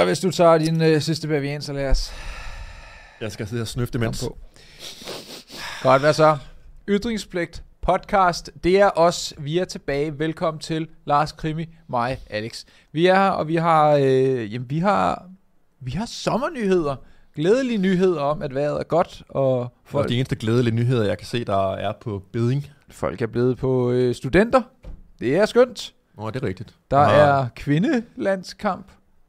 Så hvis du tager din sidste bavian, så lad os... Jeg skal sidde og snøfte mens. Godt, hvad så? Ytringspligt podcast, det er os. Vi er tilbage. Velkommen til Lars Krimi, mig, Alex. Vi er her, og vi har sommernyheder. Glædelige nyheder om, at vejret er godt. Og folk... De eneste glædelige nyheder, jeg kan se, der er på beding. Folk er blevet på studenter. Det er skønt. Det er rigtigt. Der er kvindelandskamp.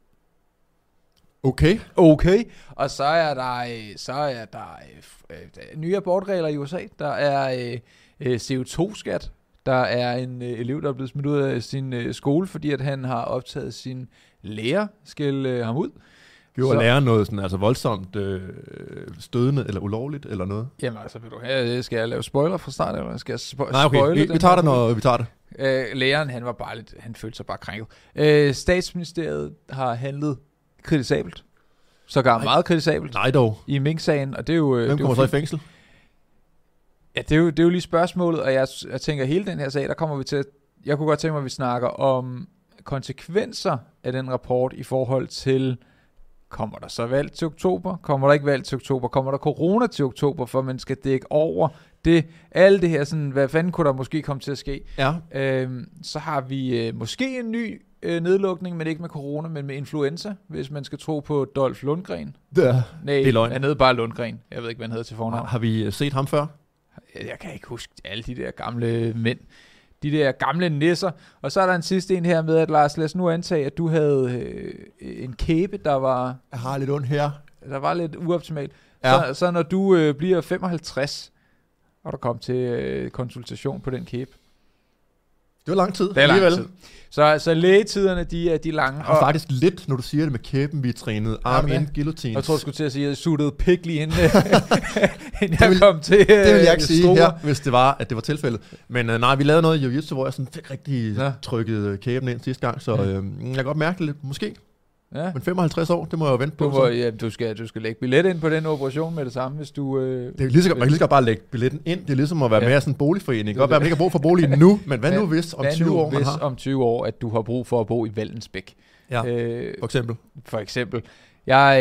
Okay. Og så er der nye abortregler i USA. Der er CO2-skat. Der er en elev, der er blevet smidt ud af sin skole, fordi at han har optaget sin lærer, skælde ham ud. Gjorde læreren noget sådan, altså voldsomt stødende eller ulovligt eller noget? Jamen altså, skal jeg lave spoiler fra start, eller skal jeg spoile? Nej, okay, vi tager det, når vi tager det. Læreren, han følte sig bare krænket. Statsministeriet har handlet kritisabelt. Sågar meget kritisabelt. Nej dog. I Mink-sagen, og det er jo... Hvem kommer så i fængsel? Ja, det er jo lige spørgsmålet, og jeg tænker, hele den her sag, der kommer vi til... Jeg kunne godt tænke mig, at vi snakker om konsekvenser af den rapport i forhold til... Kommer der så valg til oktober? Kommer der ikke valg til oktober? Kommer der corona til oktober, for man skal dække over det? Alt det her, sådan, hvad fanden kunne der måske komme til at ske? Ja. Så har vi måske en ny nedlukning, men ikke med corona, men med influenza, hvis man skal tro på Dolph Lundgren. Det er løgn. Han hed bare Lundgren. Jeg ved ikke, hvad han hedder til fornavn. Har vi set ham før? Jeg kan ikke huske alle de der gamle mænd. De der gamle nisser. Og så er der en sidste en her med, at Lars, lad os nu antage, at du havde en kæbe, der var... Jeg har lidt ondt her. Der var lidt uoptimalt. Ja. Så når du bliver 55, og der kom til konsultation på den kæbe. Det var lang tid. Det er lang tid. Så lægetiderne, de er lange. Jeg har faktisk lidt, når du siger det med kæben, vi trænede arm ind, guillotines. Jeg tror, du skulle til at sige, at jeg suttede pik lige inden jeg kom til det vil jeg ikke sige her, hvis det var, at det var tilfældet. Men nej, vi lavede noget i jiu-jitsu, hvor jeg sådan fik rigtig trykket kæben ind sidste gang, så jeg kan godt mærke det lidt, måske. Ja. Men 55 år, det må jeg jo vente på. Du skal lægge billet ind på den operation med det samme, hvis du... Det er lige, man kan lige så bare lægge billetten ind. Det er ligesom at være med i sådan en boligforening. Det kan godt være, at man ikke har brug for bolig nu, men hvad nu hvis om 20 år man har? Om 20 år, at du har brug for at bo i Vallensbæk. Ja, for eksempel. Jeg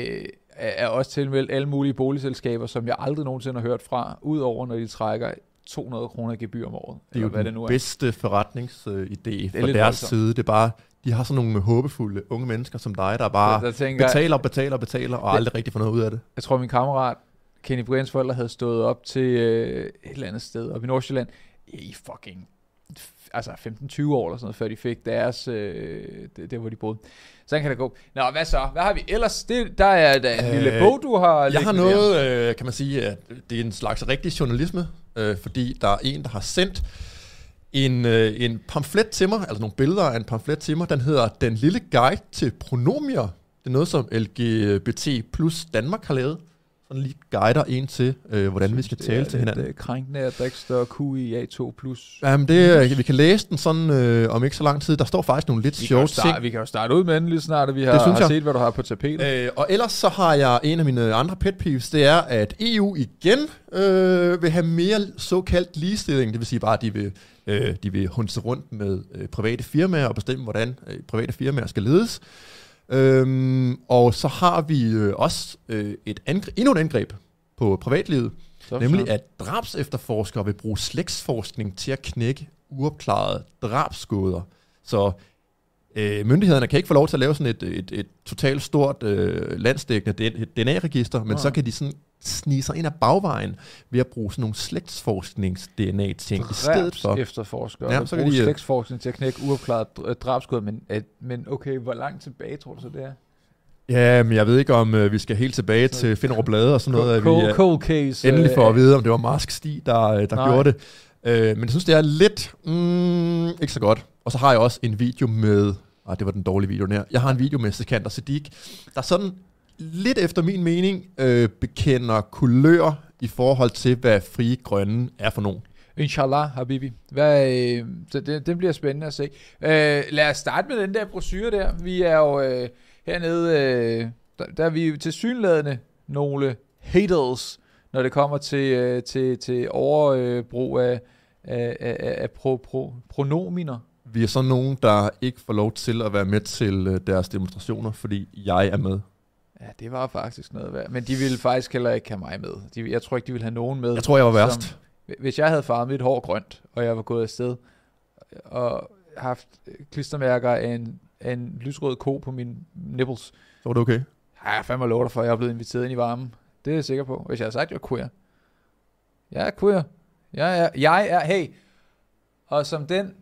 er også tilmeldt alle mulige boligselskaber, som jeg aldrig nogensinde har hørt fra, udover når de trækker 200 kroner gebyr om året. Det er jo den bedste forretningsidé fra deres side. Det er bare... De har sådan nogle håbefulde unge mennesker som dig, der bare betaler og aldrig rigtig får noget ud af det. Jeg tror, min kammerat Kenny Brians forældre havde stået op til et eller andet sted op i Nordsjælland i fucking 15-20 år eller sådan noget, før de fik deres, der hvor de boede. Sådan kan det gå. Nå, hvad så? Hvad har vi ellers? Der er en lille bog, du har... Jeg har noget, kan man sige, at det er en slags rigtig journalisme, fordi der er en, der har sendt en pamflet til mig, altså nogle billeder af en pamflet til mig, den hedder Den lille guide til pronomier. Det er noget, som LGBT plus Danmark har lavet. Sådan lige guider en til, hvordan vi skal tale til hinanden. Det er krænkende, at der ikke står QIA2 plus. Jamen, vi kan læse den sådan om ikke så lang tid. Der står faktisk nogle lidt sjove ting. Vi kan jo starte ud med den lige snart, at vi har set, hvad du har på tapetet. Og ellers så har jeg en af mine andre pet peeves, det er, at EU igen vil have mere såkaldt ligestilling. Det vil sige bare, at de vil hunse rundt med private firmaer og bestemme, hvordan private firmaer skal ledes. Og så har vi også endnu et angreb på privatlivet, nemlig at drabsefterforskere vil bruge slægtsforskning til at knække uopklarede drabsgåder. Så myndighederne kan ikke få lov til at lave sådan et totalt stort landsdækkende DNA-register, men så kan de sådan snige sig ind ad bagvejen ved at bruge sådan nogle slægtsforsknings-DNA-ting i stedet for. Efterforskere så bruge slægtsforskning til at knække uopklaret drabsgåder, men okay, hvor langt tilbage tror du så det er? Ja, men jeg ved ikke, om vi skal helt tilbage til Finderup Lade og sådan noget, at vi cold case, endelig får at vide, om det var Marsk Stig, der gjorde det. Men jeg synes, det er lidt ikke så godt. Og så har jeg også en video med... det var den dårlige video her. Jeg har en video med Sikander Siddiq, der sådan lidt efter min mening bekender kulør i forhold til, hvad Frie Grønne er for nogen. Inshallah, habibi. Det bliver spændende at se. Lad os starte med den der brochure der. Vi er jo hernede, der er vi tilsyneladende nogle haters, når det kommer til overbrug af pronominer. vi er sådan nogen, der ikke får lov til at være med til deres demonstrationer, fordi jeg er med. Ja, det var faktisk noget værd. Men de ville faktisk heller ikke have mig med. Jeg tror ikke, de ville have nogen med. Jeg tror, jeg var værst. Som, hvis jeg havde farvet mit hår grønt, og jeg var gået afsted, og haft klistermærker af en lysrød ko på mine nipples. Så var det okay? Ja, jeg fandme lov dig for, at jeg er blevet inviteret ind i varmen. Det er jeg sikker på. Hvis jeg havde sagt, at jeg er queer. Jeg er queer. Jeg er, hey. Og som den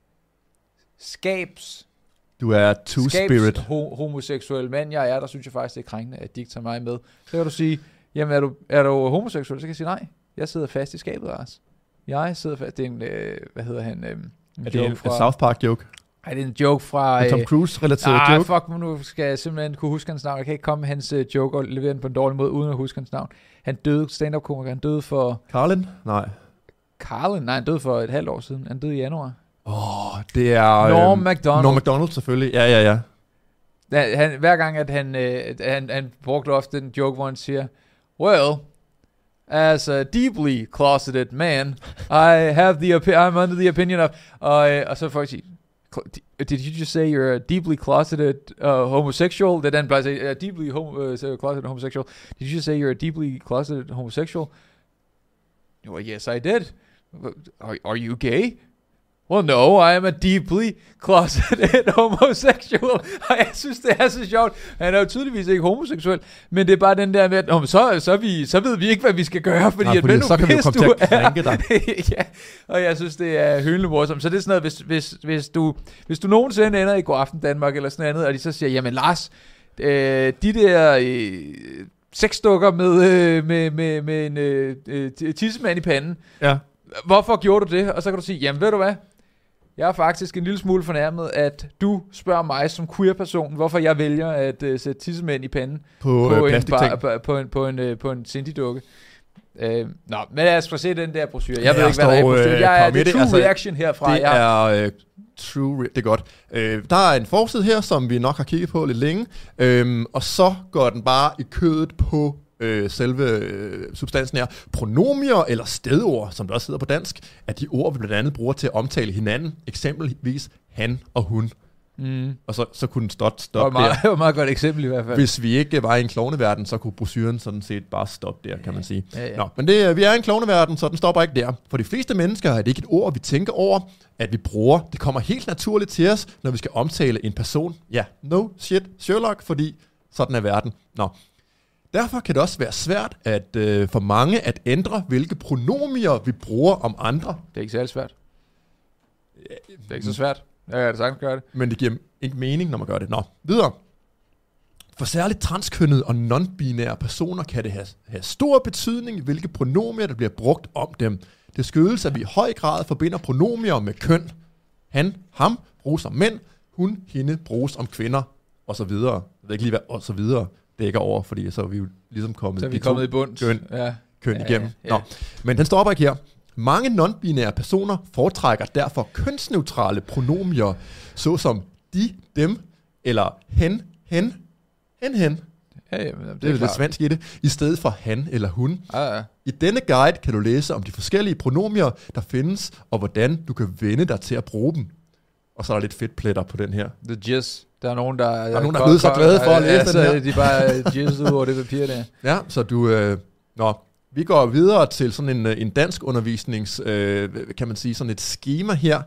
du er two-spirit. Homoseksuel mand, jeg er, der synes jeg faktisk, det er krænkende, at de ikke tager mig med. Så kan du sige, jamen er du homoseksuel? Så kan jeg sige, nej, jeg sidder fast i skabet, Lars. Jeg sidder fast, det er en, hvad hedder han? Er det en South Park joke? Nej, det er en joke fra... En Tom Cruise-relateret joke? Fuck, nu skal jeg simpelthen kunne huske hans navn. Jeg kan ikke komme med hans joke og levere den på en dårlig måde, uden at huske hans navn. Han døde, stand-up-komiker, han døde for... Carlin? Nej. Carlin? Nej, han døde for et halvt år siden. Han døde i januar. Det er... Norm Macdonald. Norm Macdonald, selvfølgelig. Ja. Hver gang, at han brugte ofte den joke, hvor han siger, well, as a deeply closeted man, I'm under the opinion of... Og så folk sige, did you just say you're a deeply closeted homosexual? Then plejer at sige, deeply closeted homosexual. Did you just say you're a deeply closeted homosexual? Well, yes, I did. Are you gay? Well, no, I am a deeply closeted homosexual. Og jeg synes, det er så sjovt. Han er jo tydeligvis ikke homoseksuel, men det er bare den der med, at så ved vi ikke, hvad vi skal gøre, fordi, fordi så kan vi jo komme til at krænke dig. Ja, og jeg synes, det er hyldende morsomt. Så det er sådan noget, hvis du nogensinde ender i Godaften Danmark eller sådan noget, og de så siger, jamen Lars, de der... sexdukker med en tissemand i panden. Ja. Hvorfor gjorde du det? Og så kan du sige, jamen ved du hvad? Jeg er faktisk en lille smule fornærmet, at du spørger mig som queer-person, hvorfor jeg vælger at sætte tissemænd i panden på en Cindy-dukke. Nå, men lad os få se den der brochure. Jeg ved ikke, hvad der er i brochuren. Jeg er det true reaction herfra. Det er true, det er godt. Der er en forside her, som vi nok har kigget på lidt længe, og så går den bare i kødet på selve substansen her. Pronomier eller stedord, som der også hedder på dansk, er de ord, vi blandt andet bruger til at omtale hinanden, eksempelvis han og hun. Og så kunne den stoppe der. Det var et meget godt eksempel i hvert fald. Hvis vi ikke var i en klovneverden, så kunne brochuren sådan set bare stoppe der, kan man sige. Ja. Nå, men vi er i en klovneverden, så den stopper ikke der. For de fleste mennesker er det ikke et ord, vi tænker over, at vi bruger. Det kommer helt naturligt til os, når vi skal omtale en person. Ja, no shit, Sherlock, fordi sådan er verden. Nå. Derfor kan det også være svært for mange at ændre, hvilke pronomier vi bruger om andre. Det er ikke særlig svært. Det er ikke så svært. Jeg kan da sagtens gøre det. Men det giver ikke mening, når man gør det. Nå, videre. For særligt transkønnede og non-binære personer kan det have stor betydning, hvilke pronomier, der bliver brugt om dem. Det skyldes, at vi i høj grad forbinder pronomier med køn. Han, ham bruges om mænd, hun, hende bruges om kvinder, og så videre. Jeg ved ikke lige, hvad og så videre dækker over, fordi så er vi jo ligesom kommet i bund. Køn igennem. Ja. Nå, men den stopper ikke her. Mange non-binære personer foretrækker derfor kønsneutrale pronomier, såsom de, dem, eller hen. Ja, det er lidt svensk i det, i stedet for han eller hun. Ja. I denne guide kan du læse om de forskellige pronomier, der findes, og hvordan du kan vende dig til at bruge dem. Og så er der lidt fedtpletter på den her. The jizz. Der er nogen, der er blevet så glade for at læse den her. De bare jizz ud over det papir der. Ja, så du... Vi går videre til sådan en dansk undervisnings, kan man sige, sådan et schema her.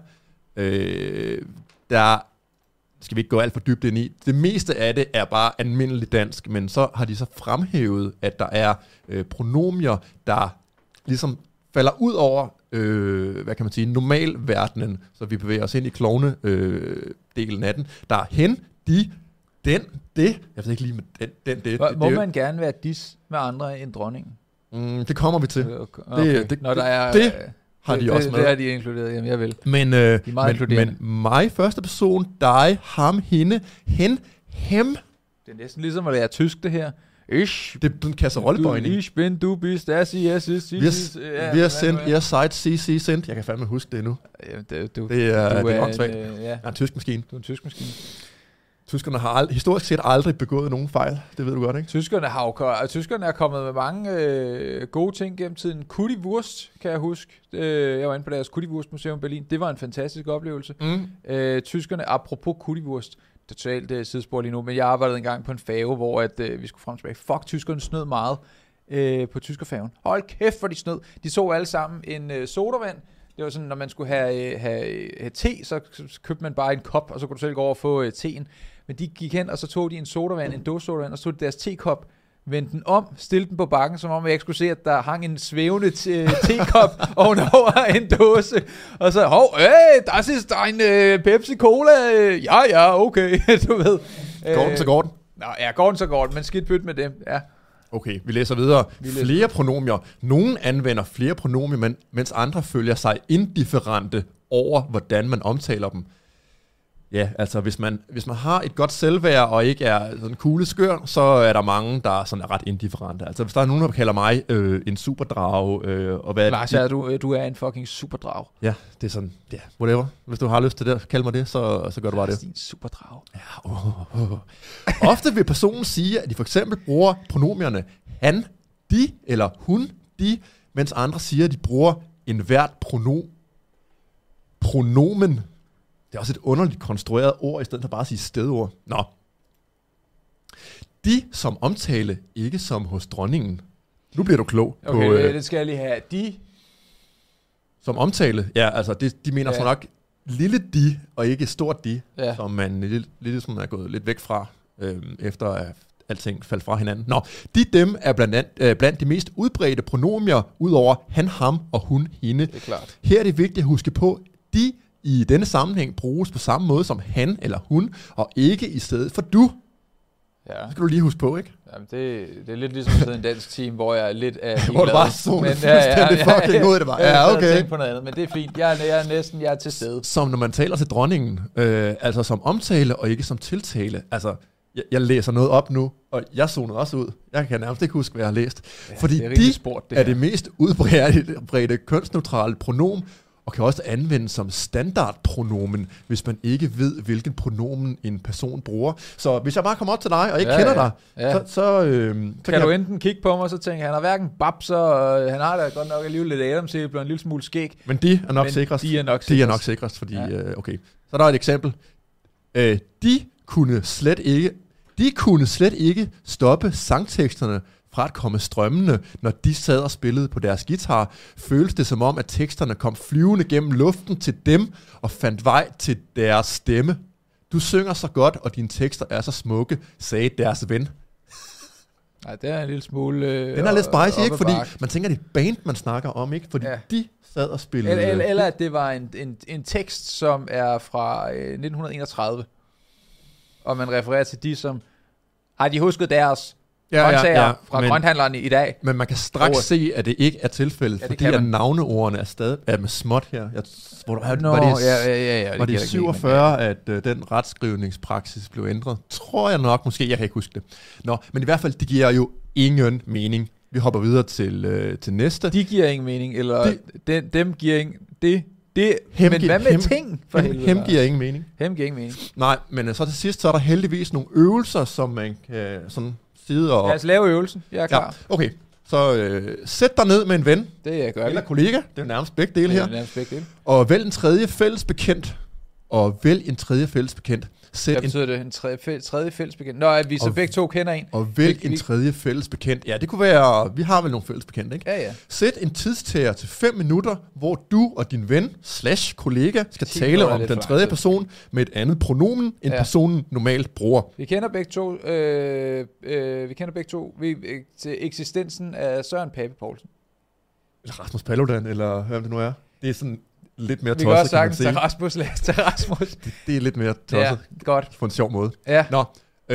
Der skal vi ikke gå alt for dybt ind i. Det meste af det er bare almindelig dansk, men så har de så fremhævet, at der er pronomier, der ligesom falder ud over, hvad kan man sige, normalverdenen, så vi bevæger os ind i klovne-delen af den. Der er hen, de, den, det. Jeg ved ikke lige med den, det. Må man gerne være dis med andre end dronningen? Det kommer vi til. Okay. Det har de også med. Det har de inkluderet, jamen jeg vil. Men mig, første person, dig, ham, hende, hen, hem. Det er næsten ligesom at lære tysk, det her. Ich. Det er en kasserollebøjning. Ich bin, du bist, das ist, vi har sendt, jeg har sagt, CC sendt. Jeg kan fandme huske det nu. Ja, det er håndsvagt. Jeg er en tysk maskine. Du er en tysk maskine. Tyskerne har historisk set aldrig begået nogen fejl. Det ved du godt, ikke? Tyskerne er kommet med mange gode ting gennem tiden. Currywurst, kan jeg huske. Jeg var inde på deres Currywurst-museum i Berlin. Det var en fantastisk oplevelse. Tyskerne, apropos Currywurst, totalt sidespor lige nu, men jeg arbejdede engang på en færge, hvor vi skulle frem og tilbage. Fuck, tyskerne snød meget på tyskerfærgen. Hold kæft, hvor de snød. De så alle sammen en sodavand. Det var sådan, når man skulle have te, så købte man bare en kop, og så kunne du selv gå over og få teen. Men de gik hen, og så tog de en sodavand, en dåsesodavand, og så tog de deres tekop, vendte den om, stillede den på bakken, som om jeg ikke skulle se, at der hang en svævende tekop ovenover en dåse. Og så, das ist ein Pepsi Cola. Ja, okay, du ved. Går den, så går den. Nå, ja, går den, så går den, men skidt pyt med det, ja. Okay, vi læser videre. Flere pronomier. Nogen anvender flere pronomier, mens andre følger sig indifferente over, hvordan man omtaler dem. Ja, altså hvis man har et godt selvværd og ikke er sådan kugleskør, så er der mange, der sådan er ret indifferente. Altså hvis der er nogen, der kalder mig en superdrage, og hvad... Lars, du er en fucking superdrage. Ja, det er sådan, ja, whatever. Hvis du har lyst til det, kald mig det, så gør du bare det. Det er en superdrage. Ja, Ofte vil personen sige, at de for eksempel bruger pronomierne han, de eller hun, de, mens andre siger, at de bruger enhvert pronomen. Det er også et underligt konstrueret ord, i stedet for bare at sige stedord. Nå. De som omtale, ikke som hos dronningen. Nu bliver du klog. Okay, det skal jeg lige have. De som omtale, ja, altså de mener så nok lille de, og ikke stort de, som man lidt som er gået lidt væk fra, efter at alting faldt fra hinanden. Nå, dem er blandt de mest udbredte pronomier, udover han, ham og hun, hende. Det er klart. Her er det vigtigt at huske på, de i denne sammenhæng bruges på samme måde som han eller hun, og ikke i stedet for du. Ja. Det skal du lige huske på, ikke? Jamen, det er lidt ligesom at sidde i en dansk team, hvor jeg er lidt af hvor du bare zoner fuldstændig fucking ud, det var. Ja, okay. Jeg på noget andet, men det er fint. Jeg er til stede. Som når man taler til dronningen, altså som omtale og ikke som tiltale. Altså, jeg læser noget op nu, og jeg zonede også ud. Jeg kan nærmest ikke huske, hvad jeg har læst. Ja, fordi det er det mest udbredte kønsneutrale pronom, og kan også anvendes som standardpronomen, hvis man ikke ved, hvilken pronomen en person bruger. Så hvis jeg bare kommer op til dig, og ikke kender dig, så kan du enten kigge på mig, og så tænke, han har hverken babser, han har da godt nok alligevel lidt Adams-æble og en lille smule skæg. Men de er nok sikrest. De er nok sikrest, fordi, okay. Så der er et eksempel. De kunne slet ikke stoppe sangteksterne fra at komme strømmende, når de sad og spillede på deres guitar, føles det som om, at teksterne kom flyvende gennem luften til dem og fandt vej til deres stemme. Du synger så godt, og dine tekster er så smukke, sagde deres ven. Nej, det er en lille smule... Den er lidt spicy, ikke? Fordi man tænker, det er band, man snakker om, ikke? Fordi de sad og spillede... Eller at det var en tekst, som er fra 1931, og man refererer til de, som... Har de husket deres... fra grønthandlerne i dag. Men man kan straks se, at det ikke er tilfældet, fordi at navneordene er stadig med småt her. Var det 47, at den retskrivningspraksis blev ændret? Tror jeg nok, måske. Jeg kan ikke huske det. Nå, men i hvert fald, det giver jo ingen mening. Vi hopper videre til næste. De giver ingen mening, eller dem giver ingen... Men hvad med ting? Hem giver ingen mening. Hem giver ingen mening. Nej, men så til sidst, så er der heldigvis nogle øvelser, som man kan sådan sidde og... Lad os lave øvelsen. Jeg er klar. Ja, okay. Så sæt dig ned med en ven. Det gør eller kollega. Det er jo nærmest begge dele her. Og vælg en tredje fælles bekendt. Hvad betyder det? En tredje fælles bekendt? Nå, at vi så begge to kender en. Og vælg en tredje fælles bekendt. Ja, det kunne være... Vi har vel nogle fælles bekendte, ikke? Ja. Sæt en tidstager til 5 minutter, hvor du og din ven /kollega skal tale om den tredje person med et andet pronomen, end personen normalt bruger. Vi kender begge to til eksistensen af Søren Pape Poulsen. Eller Rasmus Paludan, eller hvad det nu er. Det er sådan... lidt mere tosset, vi kan også sagtens tage Rasmus. Det er lidt mere tosset. Ja, godt. På en sjov måde. Ja. Nå,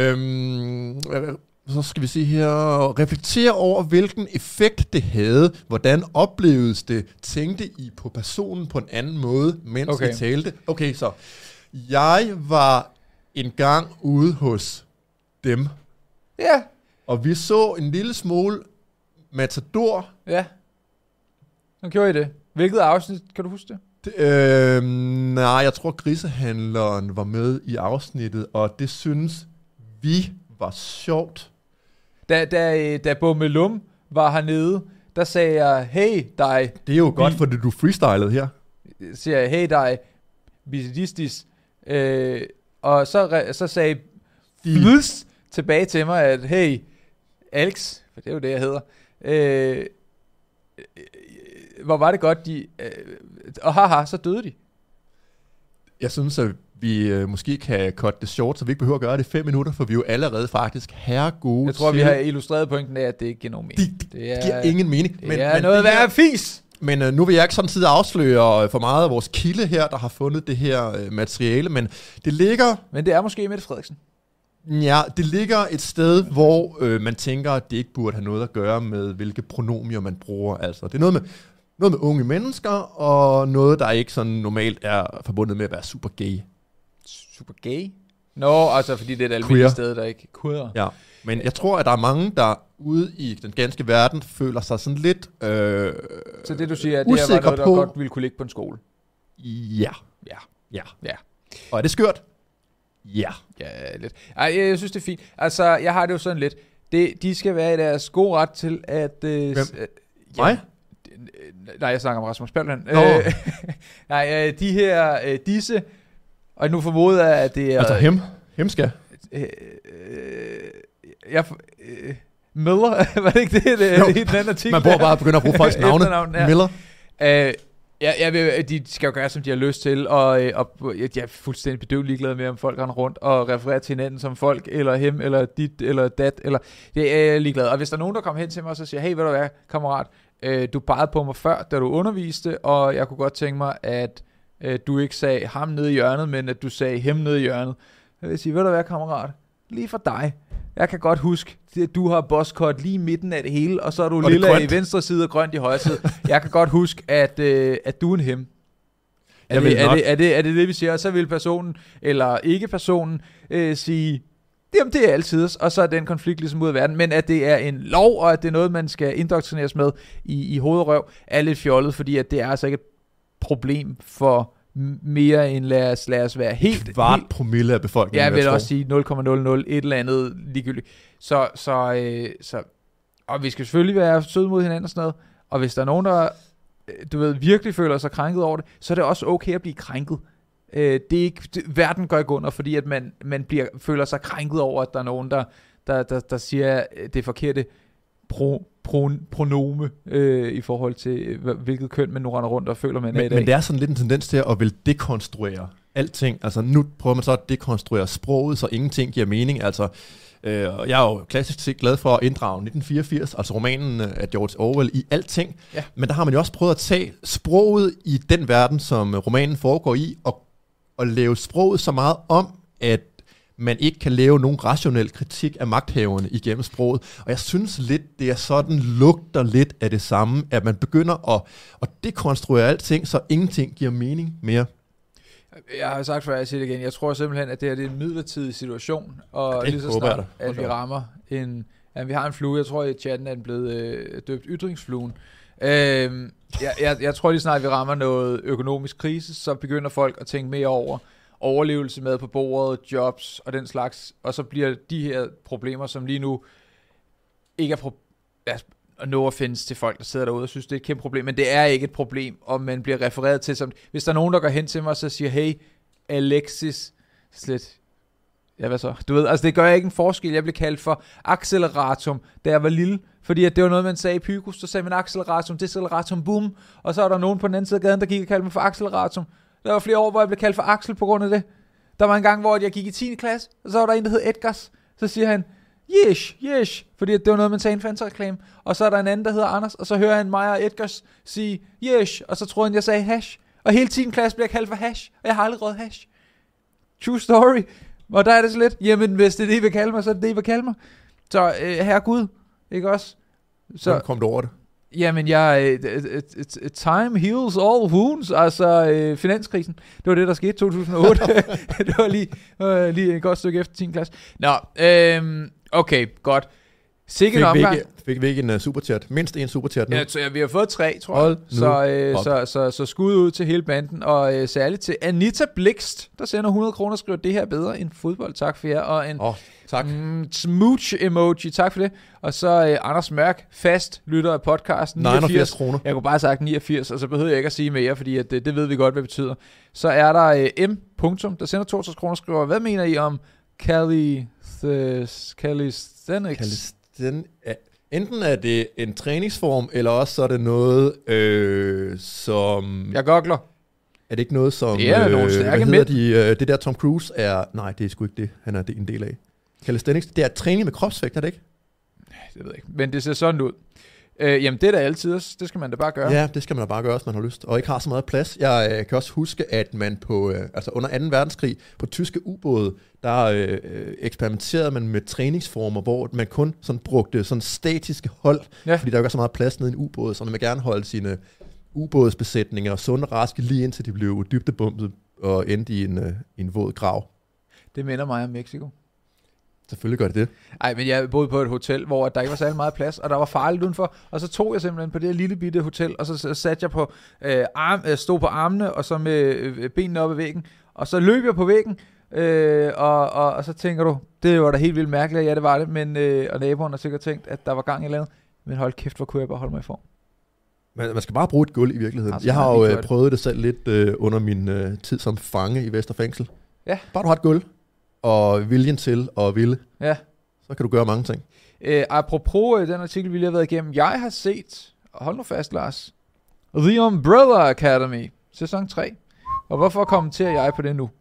så skal vi se her. Reflektere over, hvilken effekt det havde. Hvordan oplevedes det? Tænkte I på personen på en anden måde, mens I talte? Okay, så. Jeg var engang ude hos dem. Ja. Og vi så en lille smule Matador. Ja. Nu gjorde I det. Hvilket afsnit, kan du huske det? Nej, jeg tror, grisehandleren var med i afsnittet, og det synes vi var sjovt. Da Bummelum var hernede, der sagde jeg, hey dig. Det er jo godt, fordi du freestylede her. Siger jeg, hey dig, bisidistis. Og så sagde Flyds tilbage til mig, at hey, Alex, for det er jo det, jeg hedder, hvor var det godt, og haha, så døde de. Jeg synes, at vi måske kan cutte det short, så vi ikke behøver at gøre det 5 minutter, for vi er jo allerede faktisk herregode. Jeg tror, vi har illustreret pointen af, at det ikke giver nogen mening. Det giver ingen mening. Det er noget værd fis. Men nu vil jeg ikke sådan tid afsløre for meget af vores kilde her, der har fundet det her materiale, men det ligger... Men det er måske Mette Frederiksen. Ja, det ligger et sted, hvor man tænker, at det ikke burde have noget at gøre med, hvilke pronomier man bruger. Altså, det er noget med unge mennesker, og noget, der ikke sådan normalt er forbundet med at være super gay. Super gay? Nå, altså fordi det er et almindeligt sted, der ikke queer. Ja, men jeg tror, at der er mange, der ude i den ganske verden føler sig sådan lidt så det du siger, at det her var noget, der godt ville kunne ligge på en skole? Ja. Ja. Og er det skørt? Ja. Ja, lidt. Ej, jeg synes, det er fint. Altså, jeg har det jo sådan lidt. De skal være i deres gode ret til at... Hvem? Mig? Nej, jeg snakker om Rasmus Paludan. Nej, disse... Og nu formoder jeg, at det er... Altså Hemska? Møller? Var det ikke det? Det er en anden artikel. Man burde bare begynde at bruge folks navne. Ja. Miller? De skal jo gøre, som de har lyst til, og jeg er fuldstændig bedøvende ligeglad med, om folk render rundt og refererer til hinanden som folk, eller hem, eller dit, eller dat, eller det er jeg ligeglad. Og hvis der er nogen, der kommer hen til mig og så siger, hey, ved du hvad, kammerat, du pegede på mig før, da du underviste, og jeg kunne godt tænke mig, at du ikke sagde ham nede i hjørnet, men at du sagde hem nede i hjørnet. Jeg vil sige, ved du hvad, kammerat, lige for dig. Jeg kan godt huske, at du har bosscut lige i midten af det hele, og så er du lilla i venstre side og grønt i højre side. Jeg kan godt huske, at du er en hem. Er det, vi siger? Og så vil personen, eller ikke personen, sige, jamen det er altid, og så er den konflikt ligesom ud af verden. Men at det er en lov, og at det er noget, man skal indoktrineres med i hoved og røv, er lidt fjollet, fordi at det er altså ikke et problem for mere end lad os være helt... Kvart promille af befolkningen. Jeg vil også sige 0,00 et eller andet ligegyldigt. Så og vi skal selvfølgelig være søde mod hinanden og sådan noget. Og hvis der er nogen, der virkelig føler sig krænket over det, så er det også okay at blive krænket. Det er ikke, verden går ikke under, fordi at man føler sig krænket over, at der er nogen, der siger det forkerte pronome i forhold til, hvilket køn man nu render rundt og føler man er i dag. Men det er sådan lidt en tendens til at vil dekonstruere alting. Altså nu prøver man så at dekonstruere sproget, så ingenting giver mening. Altså, jeg er jo klassisk set glad for at inddrage 1984, altså romanen af George Orwell i alting. Ja. Men der har man jo også prøvet at tage sproget i den verden, som romanen foregår i, og lave sproget så meget om, at man ikke kan lave nogen rationel kritik af magthaverne igennem sproget. Og jeg synes lidt, det er sådan, lugter lidt af det samme, at man begynder at dekonstruere alting, så ingenting giver mening mere. Jeg har sagt før, jeg siger det igen, jeg tror simpelthen, at det her det er en midlertidig situation, og lige så snart, at vi rammer vi har en flue, jeg tror i chatten er den blevet døbt ytringsfluen. Jeg tror lige snart, vi rammer noget økonomisk krise, så begynder folk at tænke mere over overlevelse med på bordet, jobs og den slags, og så bliver de her problemer, som lige nu ikke er no offense til folk, der sidder derude og synes, det er et kæmpe problem, men det er ikke et problem, og man bliver refereret til som, hvis der er nogen, der går hen til mig og så siger, hey, Alexis, slet, ja hvad så, du ved, altså det gør ikke en forskel, jeg blev kaldt for acceleratum, da jeg var lille, fordi at det var noget, man sagde i Pygos, så sagde man acceleratum, deceleratum, boom, og så er der nogen på den anden side af gaden, der gik og kaldte mig for acceleratum. Der var flere år, hvor jeg blev kaldt for Axel på grund af det. Der var en gang, hvor jeg gik i 10. klasse, og så var der en, der hed Edgars. Så siger han, yes, fordi det var noget, man sagde i en fansereklame. Og så er der en anden, der hedder Anders, og så hører han mig og Edgars sige, yes, og så troede han, jeg sagde hash. Og hele 10. klasse bliver jeg kaldt for hash, og jeg har aldrig røget hash. True story. Og der er det så lidt, jamen hvis det er det, I vil kalde mig, så er det det, I vil kalde mig. Så herregud, ikke også? Så kom du over det. Jamen, time heals all wounds, altså finanskrisen. Det var det, der skete i 2008. Det var lige et godt stykke efter 10. klasse. Nå, okay, godt. Sikke en omgang. Fik vi ikke en superchat? Mindst en superchat nu? Ja, vi har fået 3, tror jeg. Så skud ud til hele banden, og særligt til Anita Blikst, der sender 100 kroner og skriver, det her er bedre end fodbold. Tak for jer. Og en tak. Smooch emoji. Tak for det. Og så Anders Mørk, fast lytter af podcasten. 89 kroner. Jeg kunne bare have sagt 89, og så behøver jeg ikke at sige mere, fordi at det ved vi godt, hvad det betyder. Så er der M. der sender 62 kroner og skriver, hvad mener I om calisthenics? Enten er det en træningsform, eller også så er det noget, som... Jeg googler. Er det ikke noget, som... Det er nogle stærke mænd. Det der Tom Cruise er... Nej, det er sgu ikke det. Han er en del af. Calisthenics, det er træning med kropsvægt, er det ikke? Det ved jeg ikke. Men det ser sådan ud. Jamen, det er da altid. Det skal man da bare gøre. Ja, det skal man da bare gøre, hvis man har lyst. Og ikke har så meget plads. Jeg kan også huske, at man på... under 2. verdenskrig, på tyske ubåde, der eksperimenterede man med træningsformer, hvor man kun sådan brugte sådan statiske hold, fordi der ikke var så meget plads nede i en ubåd, så man vil gerne holde sine ubådsbesætninger sunde og raske lige indtil de blev dybdebumpet og endte i en våd grav. Det minder mig om Mexico. Selvfølgelig gør det det. Ej, men jeg boede på et hotel, hvor der ikke var særlig meget plads, og der var farligt udenfor, og så tog jeg simpelthen på det her lille bitte hotel, og så satte jeg på stod på armene, og så med benene op ad væggen, og så løb jeg på væggen, og så tænker du, det var da helt vildt mærkeligt, ja det var det, men, og naboen har sikkert tænkt, at der var gang i landet, men hold kæft, hvor kunne jeg bare holde mig i form. Man skal bare bruge et gulv i virkeligheden. Altså, jeg har jo prøvet det selv lidt under min tid som fange i Vesterfængsel. Ja. Bare du har et gulv, og viljen til at ville, så kan du gøre mange ting. Apropos den artikel, vi lige har været igennem, jeg har set, hold nu fast Lars, The Umbrella Academy, sæson 3. Og hvorfor kommenterer jeg på det nu?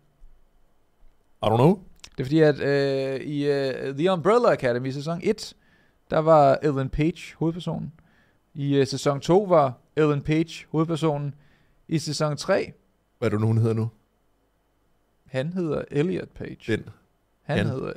I don't know. Det er fordi, at i The Umbrella Academy, sæson 1, der var Ellen Page hovedpersonen. I sæson 2 var Ellen Page hovedpersonen. I sæson 3... Hvad er det nu, hun hedder nu? Han hedder Elliot Page. Han hedder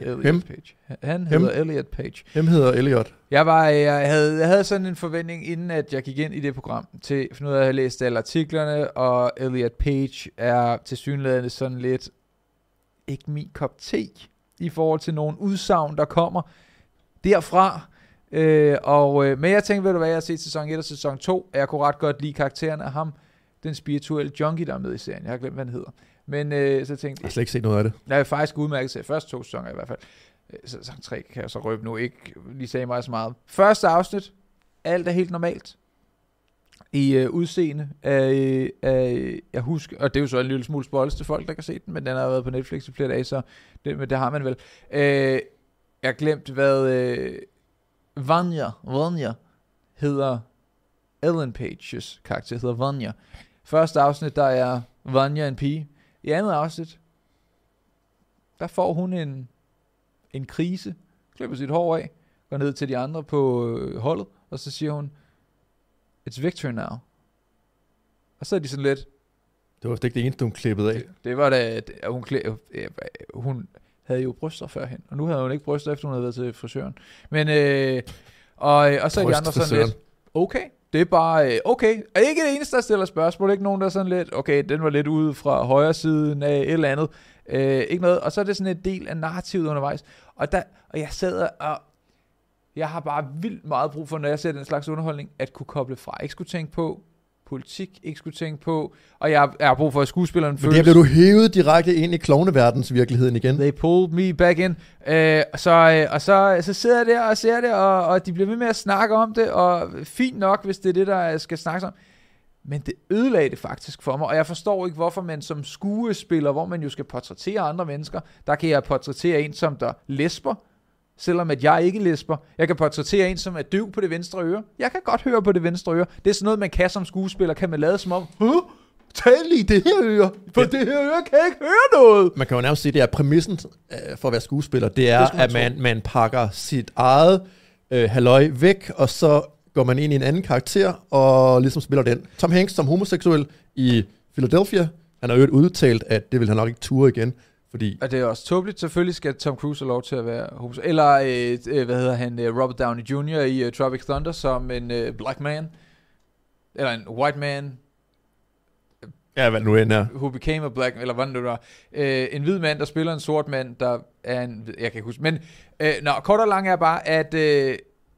Elliot Page. Hvem hedder Elliot? Jeg havde sådan en forventning, inden at jeg gik ind i det program, til at finde ud af at have læst alle artiklerne, og Elliot Page er tilsyneladende sådan lidt ikke min kop te, i forhold til nogle udsagn, der kommer derfra. Men jeg tænkte, ved du hvad, jeg har set sæson 1 og sæson 2, og jeg kunne ret godt lide karakteren af ham, den spirituelle junkie, der er med i serien. Jeg har glemt, hvad han hedder. Men så tænkte jeg har slet ikke set noget af det. Jeg har faktisk udmærket sig første 2 sæsoner i hvert fald. Sæson 3 kan jeg så røbe nu, ikke lige sige mig så meget. Første afsnit, alt er helt normalt. I udseende af, jeg husker, og det er jo så en lille smule spoilers til folk, der kan se den, men den har været på Netflix i flere dage, så det har man vel. Jeg har glemt, hvad Vanya hedder, Ellen Pages karakter hedder Vanya. Første afsnit, der er Vanya en pige. I andet afsnit, der får hun en krise, klipper sit hår af, går ned til de andre på holdet, og så siger hun, it's victory now. Og så er de sådan lidt... Det var ikke det eneste, hun klippede af. Det var da... Hun havde jo bryster førhen, og nu havde hun ikke bryster, efter hun havde været til frisøren. Men... og så er de andre sådan lidt... Okay, det er bare... Okay, og ikke det eneste, der stiller spørgsmål. Ikke nogen, der er sådan lidt... Okay, den var lidt ude fra højre siden af et eller andet. Ikke noget. Og så er det sådan en del af narrativet undervejs. Og jeg sad og... Jeg har bare vildt meget brug for, når jeg ser den slags underholdning, at kunne koble fra. Ikke skulle tænke på politik, ikke skulle tænke på... Og jeg har brug for, at skuespilleren føles... Men det blev du hævet direkte ind i klovneverdens virkeligheden igen. They pulled me back in. Så sidder jeg der og ser det, og de bliver ved med at snakke om det, og fint nok, hvis det er det, der skal snakkes om. Men det ødelagde det faktisk for mig, og jeg forstår ikke, hvorfor man som skuespiller, hvor man jo skal portrættere andre mennesker, der kan jeg portrættere en, som der lesber, selvom at jeg ikke lesber. Jeg kan portrættere en, som er døv på det venstre øre. Jeg kan godt høre på det venstre øre. Det er sådan noget, man kan som skuespiller. Kan man lade som om, tal lige det her øre. For det her øre kan jeg ikke høre noget. Man kan jo nærmest sige, det er præmissen for at være skuespiller. Det er, at man pakker sit eget halløj væk, og så går man ind i en anden karakter, og ligesom spiller den. Tom Hanks som homoseksuel i Philadelphia. Han har jo udtalt, at det vil han nok ikke ture igen. Fordi... Og det er også tåbeligt. Selvfølgelig skal Tom Cruise have lov til at være homoseksuel. Eller, hvad hedder han, Robert Downey Jr. i Tropic Thunder som en black man. Eller en white man. Ja, hvad nu end er. Who became a black, eller hvordan det var. En hvid mand, der spiller en sort mand, der er en... Jeg kan ikke huske. Men kort og lang er bare, at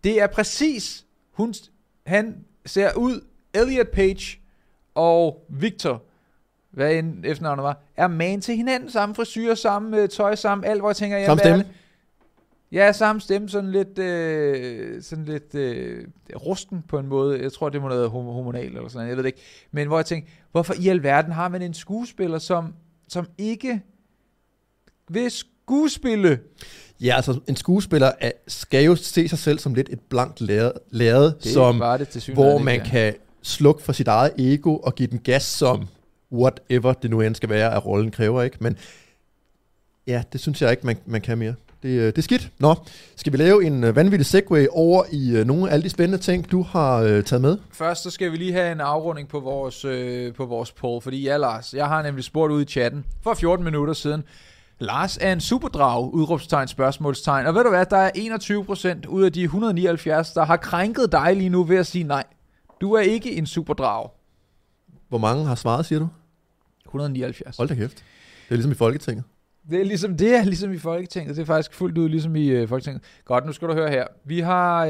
Det er præcis, han ser ud, Elliot Page og Victor, hvad end efternavnet var, er man til hinanden, samme frisyr, samme tøj, samme alt, hvor jeg tænker, samme stemme. Ja, samme stemme, sådan lidt rusten på en måde. Jeg tror, det må noget hormonal eller sådan noget, jeg ved det ikke. Men hvor jeg tænker, hvorfor i alverden har man en skuespiller, som ikke vil skuespille? Ja, altså en skuespiller skal jo se sig selv som lidt et blankt lærred, som, hvor man kan slukke for sit eget ego og give den gas som whatever det nu end skal være, at rollen kræver, ikke? Men ja, det synes jeg ikke, man kan mere. Det er skidt. Nå, skal vi lave en vanvittig segue over i nogle af alle de spændende ting, du har taget med? Først så skal vi lige have en afrunding på vores poll, fordi ja, Lars, jeg har nemlig spurgt ud i chatten for 14 minutter siden. Lars er en superdrag, udråbstegn, spørgsmålstegn. Og ved du hvad, der er 21% ud af de 179, der har krænket dig lige nu ved at sige nej. Du er ikke en superdrag. Hvor mange har svaret, siger du? 179. Hold da kæft. Det er ligesom i Folketinget. Det er ligesom i Folketinget. Det er faktisk fuldt ud ligesom i Folketinget. Godt, nu skal du høre her. Vi har...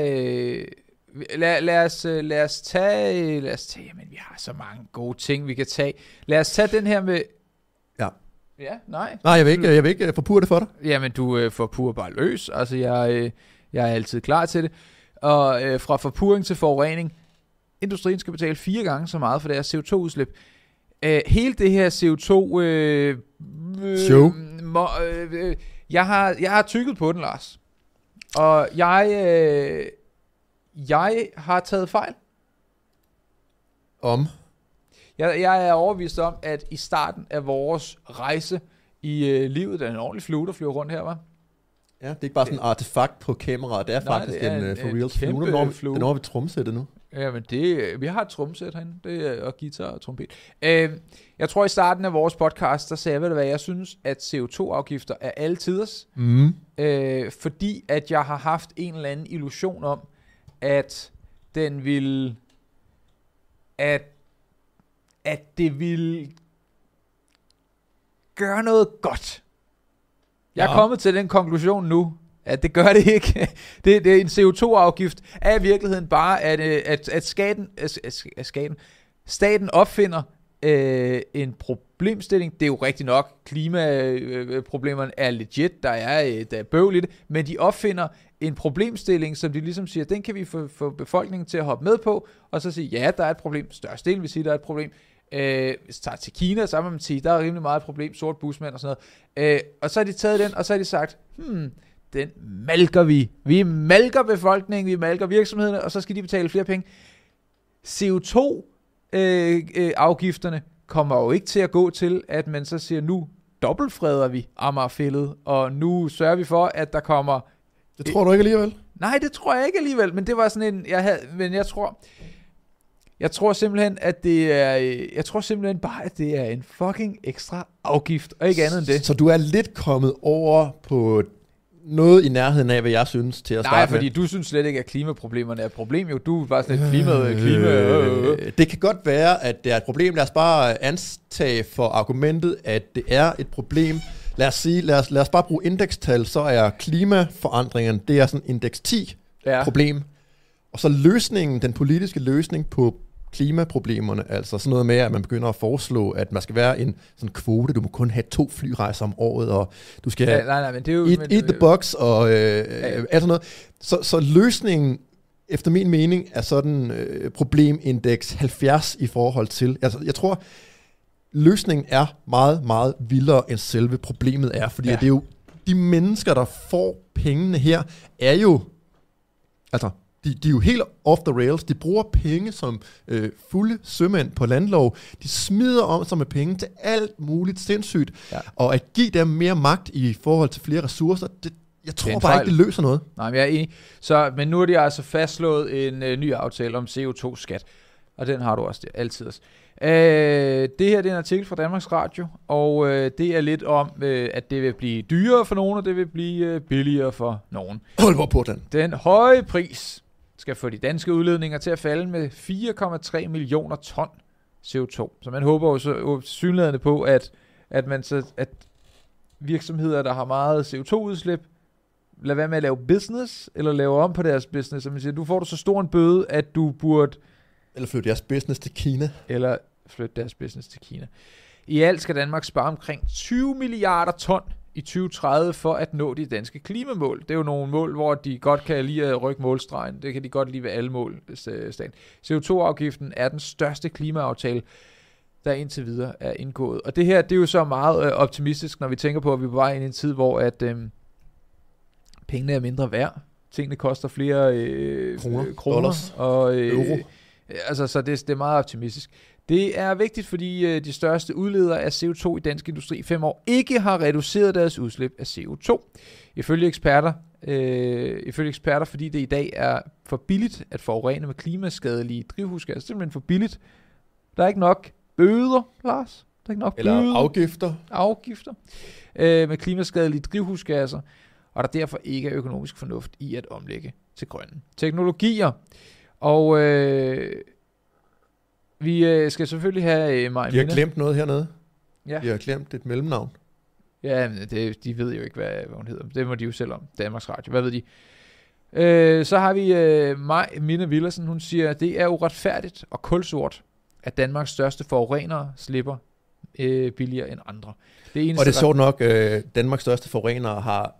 Lad os tage... Jamen, vi har så mange gode ting, vi kan tage. Lad os tage den her med... Ja. Ja, nej. Nej, jeg vil ikke forpurre det for dig. Jamen, du forpurrer bare løs. Altså, jeg er altid klar til det. Og fra forpurring til forurening. Industrien skal betale 4 gange så meget for deres CO2-udslip. Hele det her CO2... show. Jeg har tykket på den, Lars. Og jeg har taget fejl. Om? Jeg er overbevist om, at i starten af vores rejse i livet, der er en ordentlig flue, der flyver rundt her, var. Ja, det er ikke bare sådan en artefakt på kameraet, det er faktisk en for real flue. Den er over ved tromsættet nu. Ja, men vi har et tromsæt herinde, det er, og guitar og trompet. Jeg tror i starten af vores podcast, der sagde jeg, hvad jeg synes, at CO2-afgifter er alle tiders. Fordi at jeg har haft en eller anden illusion om, at den vil... At det vil gøre noget godt. Jeg er kommet til den konklusion nu, at det gør det ikke. Det er en CO2-afgift er i virkeligheden bare, at staten opfinder en problemstilling. Det er jo rigtigt nok, klimaproblemerne er legit, der er bøvl i det, men de opfinder en problemstilling, som de ligesom siger, den kan vi få befolkningen til at hoppe med på, og så sige, ja, der er et problem. Størstedelen vil sige, der er et problem. Hvis tager til Kina, så må man sige, der er rimelig meget problem, sort busmand og sådan noget. Og så har de taget den, og så har de sagt, den malker vi. Vi malker befolkningen, vi malker virksomhederne, og så skal de betale flere penge. CO2-afgifterne kommer jo ikke til at gå til, at man så siger, nu dobbeltfreder vi Amagerfælled, og nu sørger vi for, at der kommer... Det tror du ikke alligevel? Nej, det tror jeg ikke alligevel, men det var sådan en... Jeg tror simpelthen, at det er... Jeg tror simpelthen bare, at det er en fucking ekstra afgift, og ikke andet end det. Så du er lidt kommet over på noget i nærheden af, hvad jeg synes til at starte med? Nej, fordi du synes slet ikke, at klimaproblemerne er et problem. Jo, du er bare sådan et klima. Det kan godt være, at det er et problem. Lad os bare antage for argumentet, at det er et problem. Lad os bare bruge indekstal, så er klimaforandringerne, det er sådan indeks 10 problem. Og så løsningen, den politiske løsning på klimaproblemerne, altså sådan noget med, at man begynder at foreslå, at man skal være en sådan kvote, du må kun have 2 flyrejser om året, og du skal men det er jo, eat the box, og alt sådan noget. Så løsningen, efter min mening, er sådan problemindeks 70 i forhold til, altså jeg tror, løsningen er meget, meget vildere, end selve problemet er, fordi det er jo, de mennesker, der får pengene her, er jo, altså, de er jo helt off the rails. De bruger penge som fulde sømænd på landlov. De smider om sig med penge til alt muligt sindssygt. Ja. Og at give dem mere magt i forhold til flere ressourcer, jeg tror bare ikke, det løser noget. Nej, men jeg er enig. Men nu er de altså fastslået en ny aftale om CO2-skat. Og den har du også altid. Det her det er en artikel fra Danmarks Radio, og det er lidt om, at det vil blive dyrere for nogen, og det vil blive billigere for nogen. Hold på den. Den høje pris skal få de danske udledninger til at falde med 4,3 millioner ton CO2. Så man håber jo så synligheden på, at virksomheder, der har meget CO2-udslip, lade være med at lave business, eller lave om på deres business. Så man siger, du får så stor en bøde, at du burde... Eller flytte deres business til Kina. Eller flytte deres business til Kina. I alt skal Danmark spare omkring 20 milliarder ton i 2030 for at nå de danske klimamål. Det er jo nogle mål, hvor de godt kan lide at rykke målstregen. Det kan de godt lide ved alle mål. CO2-afgiften er den største klimaaftale, der indtil videre er indgået. Og det her, det er jo så meget optimistisk, når vi tænker på, at vi er på vej ind i en tid, hvor at pengene er mindre værd. Tingene koster flere kroner og euro. Altså, så det er meget optimistisk. Det er vigtigt, fordi de største udledere af CO2 i dansk industri i 5 år ikke har reduceret deres udslip af CO2. Ifølge eksperter, fordi det i dag er for billigt at forurene med klimaskadelige drivhusgasser. Simpelthen for billigt. Der er ikke nok bøder, Lars. Der er ikke nok eller bøder. Afgifter. Med klimaskadelige drivhusgasser. Og der derfor ikke er økonomisk fornuft i at omlægge til grønne teknologier. Og vi skal selvfølgelig have Maja Vi har glemt noget hernede. Ja. Vi har glemt et mellemnavn. Ja, men de ved jo ikke, hvad hun hedder. Det må de jo selv om. Danmarks Radio. Hvad ved de? Så har vi Maja Mine Villersen. Hun siger, at det er uretfærdigt og kulsort, at Danmarks største forurenere slipper billigere end andre. Og det er sjovt nok, Danmarks største forurenere har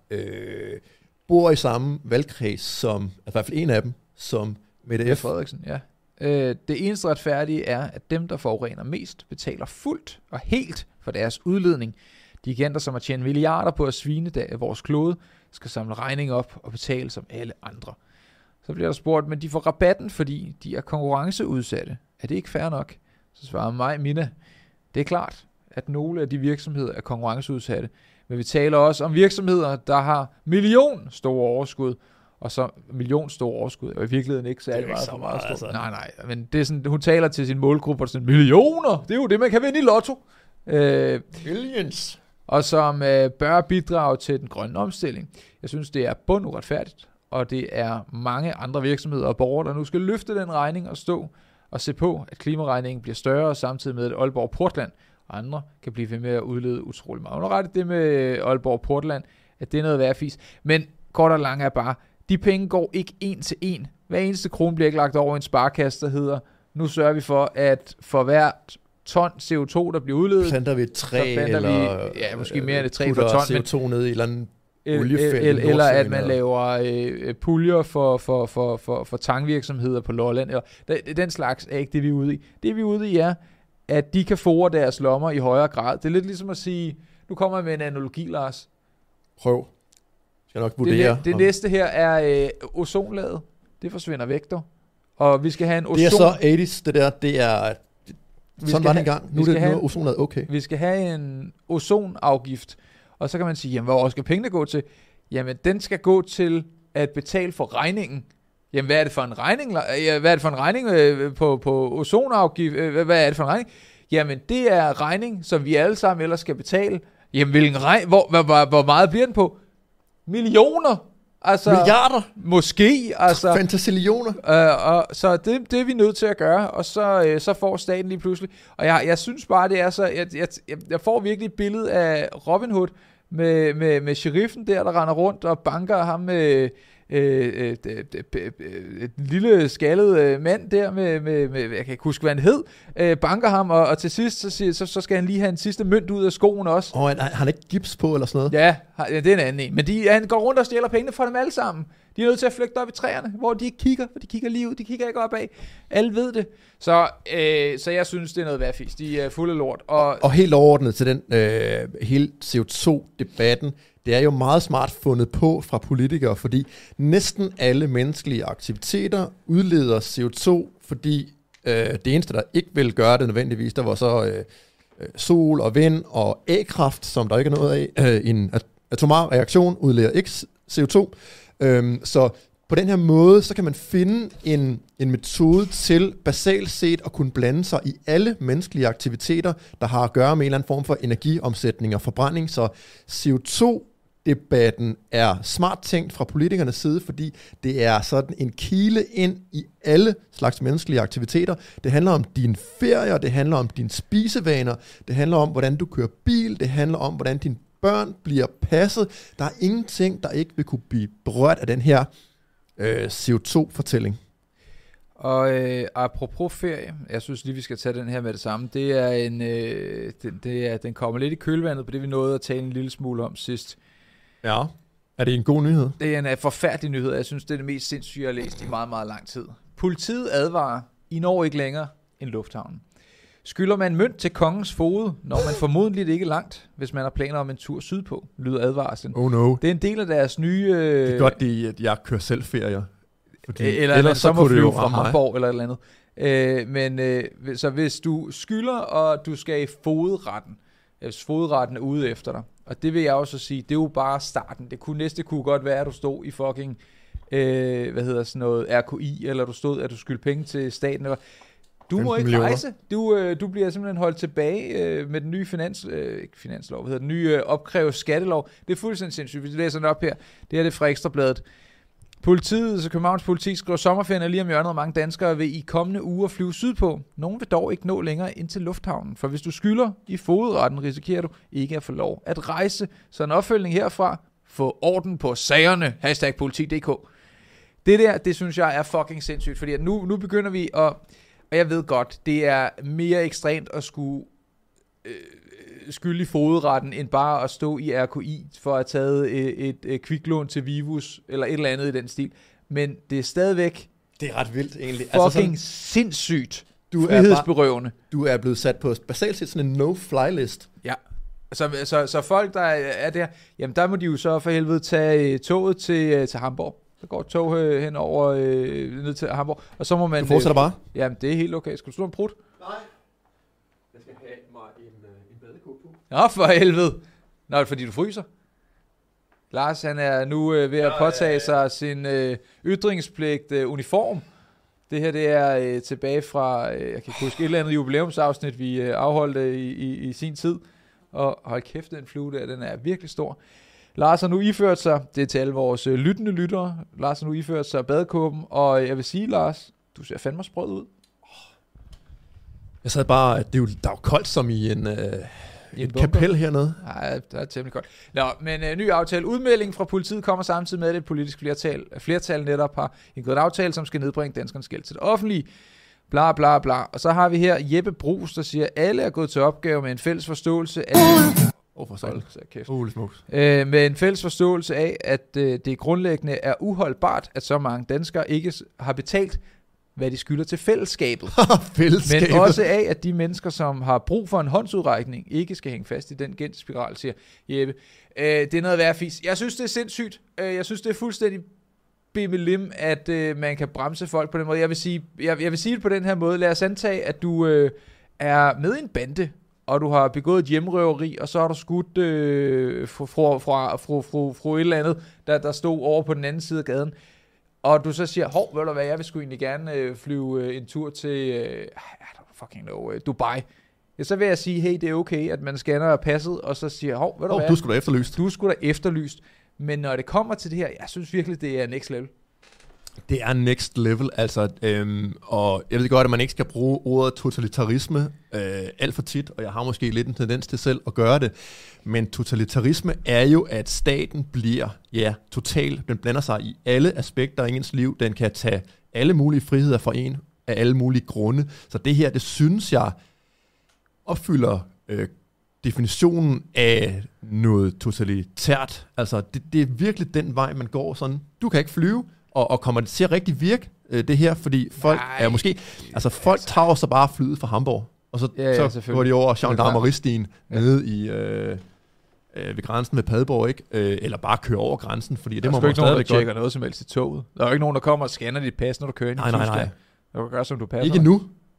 bor i samme valgkreds som, altså i hvert fald en af dem, som Mette F. Frederiksen, ja. Det eneste retfærdige er, at dem, der forurener mest, betaler fuldt og helt for deres udledning. De agenter, som har tjent milliarder på at svine vores klode, skal samle regning op og betale som alle andre. Så bliver der spurgt, men de får rabatten, fordi de er konkurrenceudsatte. Er det ikke fair nok? Så svarer mig, Mina, det er klart, at nogle af de virksomheder er konkurrenceudsatte, men vi taler også om virksomheder, der har store overskud, og så store overskud, og i virkeligheden ikke særlig meget for meget. Altså. Nej, men det er sådan, hun taler til sin målgruppe, og sådan, millioner, det er jo det, man kan vinde i lotto. Millions. Og som bør bidrage til den grønne omstilling. Jeg synes, det er bunduretfærdigt, og det er mange andre virksomheder og borgere, der nu skal løfte den regning og stå og se på, at klimaregningen bliver større, samtidig med, at Aalborg Portland og andre kan blive ved med at udlede utrolig meget. Og ret det med Aalborg Portland, at det er noget værfis. Men kort og lang er bare, de penge går ikke en til en. Hver eneste krone bliver ikke lagt over en sparekasse, der hedder, nu sørger vi for, at for hvert ton CO2, der bliver udledet, planter vi et træ, eller måske mere end et træ for ton, CO2 ned i et eller andet oliefelt, eller at man laver puljer for tankvirksomheder på Lolland. Den slags er ikke det, vi er ude i. Det, vi er ude i, er, at de kan fore deres lommer i højere grad. Det er lidt ligesom at sige, nu kommer jeg med en analogi, Lars. Prøv. Skal nok vurdere. Det næste her er ozonlaget. Det forsvinder væk, dog. Og vi skal have en ozon... Det er så 80's, det der. Det er... Sådan var det engang. Nu er ozonlaget okay. Vi skal have en ozonafgift. Og så kan man sige, jamen hvor skal pengene gå til? Jamen den skal gå til at betale for regningen. Jamen hvad er det for en regning? Hvad er det for en regning på ozonafgift? Hvad er det for en regning? Jamen det er regning, som vi alle sammen ellers skal betale. Jamen hvilken regning? Hvor meget bliver den på? Millioner! Altså, milliarder? Måske. Altså, fantasillioner. Så det er vi nødt til at gøre, og så får staten lige pludselig. Og jeg synes bare, det er så... Jeg får virkelig et billede af Robin Hood med sheriffen der render rundt og banker ham med... et lille skaldet mand der med jeg kan ikke huske hvad han hed, banker ham og til sidst så skal han lige have en sidste mønt ud af skoen også. Han har ikke gips på eller sådan noget? Ja, det er en anden en. Men han går rundt og stjæler pengene fra dem alle sammen. De er nødt til at flygte op i træerne, hvor de ikke kigger, for de kigger lige ud, de kigger ikke opad. Alle ved det. Så jeg synes, det er noget værfis. De er fulde af lort. Og helt overordnet til den hele CO2-debatten, det er jo meget smart fundet på fra politikere, fordi næsten alle menneskelige aktiviteter udleder CO2, fordi det eneste, der ikke vil gøre det nødvendigvis, der var så sol og vind og A-kraft, som der ikke er noget af. En atomar reaktion udleder ikke CO2. Så på den her måde, så kan man finde en metode til basalt set at kunne blande sig i alle menneskelige aktiviteter, der har at gøre med en eller anden form for energiomsætning og forbrænding. Så CO2-debatten er smart tænkt fra politikernes side, fordi det er sådan en kile ind i alle slags menneskelige aktiviteter. Det handler om dine ferier, det handler om dine spisevaner, det handler om, hvordan du kører bil, det handler om, hvordan din børn bliver passet. Der er ingenting, der ikke vil kunne blive berørt af den her CO2-fortælling. Og apropos ferie, jeg synes lige, vi skal tage den her med det samme. Det er den kommer lidt i kølvandet på det, vi nåede at tale en lille smule om sidst. Ja. Er det en god nyhed? Det er en forfærdelig nyhed, jeg synes, det er det mest sindssyge, jeg har læst i meget, meget lang tid. Politiet advarer, I når ikke længere end lufthavnen. Skylder man mønt til kongens fode, når man formodentligt ikke langt, hvis man har planer om en tur sydpå, lyder advarslen. Oh no. Det er en del af deres nye... Det er godt, at jeg kører selv ferier. Eller så må flyve fra Hamburg eller et eller andet. Så hvis du skylder, og du skal i fogedretten, hvis fogedretten er ude efter dig, og det vil jeg også sige, det er jo bare starten. Næste kunne godt være, at du stod i fucking, RKI, eller du stod, at du skyldte penge til staten, eller... Du må ikke rejse. Du bliver simpelthen holdt tilbage med den nye finanslov, den nye opkræve skattelov. Det er fuldstændig sindssygt. Vi læser den op her. Det her det er fra Ekstrabladet. Københavns politi skriver, sommerferien er lige om hjørnet, og mange danskere vil i kommende uger flyve sydpå. Nogen vil dog ikke nå længere ind til lufthavnen, for hvis du skylder i fogedretten, risikerer du ikke at få lov at rejse. Så en opfølgning herfra. Få orden på sagerne. #politi.dk. Det der, det synes jeg er fucking sindssygt, fordi nu begynder vi at... Og jeg ved godt, det er mere ekstremt at skulle skylde i fogedretten, end bare at stå i RKI for at have taget et kviklån til Vivus, eller et eller andet i den stil. Men det er stadigvæk... Det er ret vildt, egentlig. Fucking sindssygt frihedsberøvende. Du er blevet sat på basalt set sådan en no-fly list. Ja. Så folk, der er der, jamen der må de jo så for helvede tage toget til Hamburg. Der går et tog henover ned til Hamburg, og så må man... Du fortsætter bare? Jamen, det er helt okay. Skal du slå en prut? Nej. Jeg skal have mig en badekåbe på. Nå, for helvede. Nå, er det fordi du fryser? Lars, han er nu ved at påtage sig sin ytringspligt uniform. Det her, det er tilbage fra, jeg kan ikke huske, et eller andet jubilæumsafsnit, vi afholdte i sin tid. Og hold kæft, den flue der, den er virkelig stor. Lars har nu iført sig, det er til alle vores lyttende lyttere, Lars har nu iført sig badekåben, og jeg vil sige, Lars, du ser fandme sprød ud. Jeg sad bare, der er jo koldt som i et kapel hernede. Nej, det er temmelig koldt. Nå, men ny aftale. Udmelding fra politiet kommer samtidig med, at et politisk flertal netop har indgået en aftale, som skal nedbringe danskernes gæld til det offentlige. Bla bla bla. Og så har vi her Jeppe Brugs, der siger, at alle er gået til opgave med en fælles forståelse af... med en fælles forståelse af, at det grundlæggende er uholdbart, at så mange danskere ikke har betalt, hvad de skylder til fællesskabet. Men også af, at de mennesker, som har brug for en håndsudrækning, ikke skal hænge fast i den gældsspiral, siger Jeppe. Det er noget værd fis. Jeg synes, det er sindssygt. Jeg synes, det er fuldstændig bimmelim, at man kan bremse folk på den måde. Jeg vil sige det på den her måde. Lad os antage, at du er med i en bande, og du har begået et hjemmerøveri, og så har du skudt fra et eller andet, der stod over på den anden side af gaden. Og du så siger, ved du hvad, jeg vil sgu egentlig gerne flyve en tur til Dubai. Ja, så vil jeg sige, hey, det er okay, at man scanner passet, og så siger, ved du hvad, du skulle da efterlyst. Du skulle da efterlyst. Men når det kommer til det her, jeg synes virkelig, det er next level. Det er next level, altså, og jeg ved godt, at man ikke skal bruge ordet totalitarisme alt for tit, og jeg har måske lidt en tendens til selv at gøre det, men totalitarisme er jo, at staten bliver, totalt, den blander sig i alle aspekter af ens liv, den kan tage alle mulige friheder fra en, af alle mulige grunde, så det her, det synes jeg opfylder definitionen af noget totalitært, altså det er virkelig den vej, man går sådan, du kan ikke flyve, og kommer det til at rigtig virke, det her, fordi folk er måske... Altså, folk tager så bare flyet fra Hamburg, og så går de over gendarmeristien nede i ved grænsen ved Padborg, ikke? Eller bare kører over grænsen, fordi det må man stadigvæk godt. Der er ikke nogen, der tjekker noget som helst i toget. Der er jo ikke nogen, der kommer og scanner dit pas, når du kører ind i Tyskland. Nej. Du kan gøre, som du passer. Ikke nu.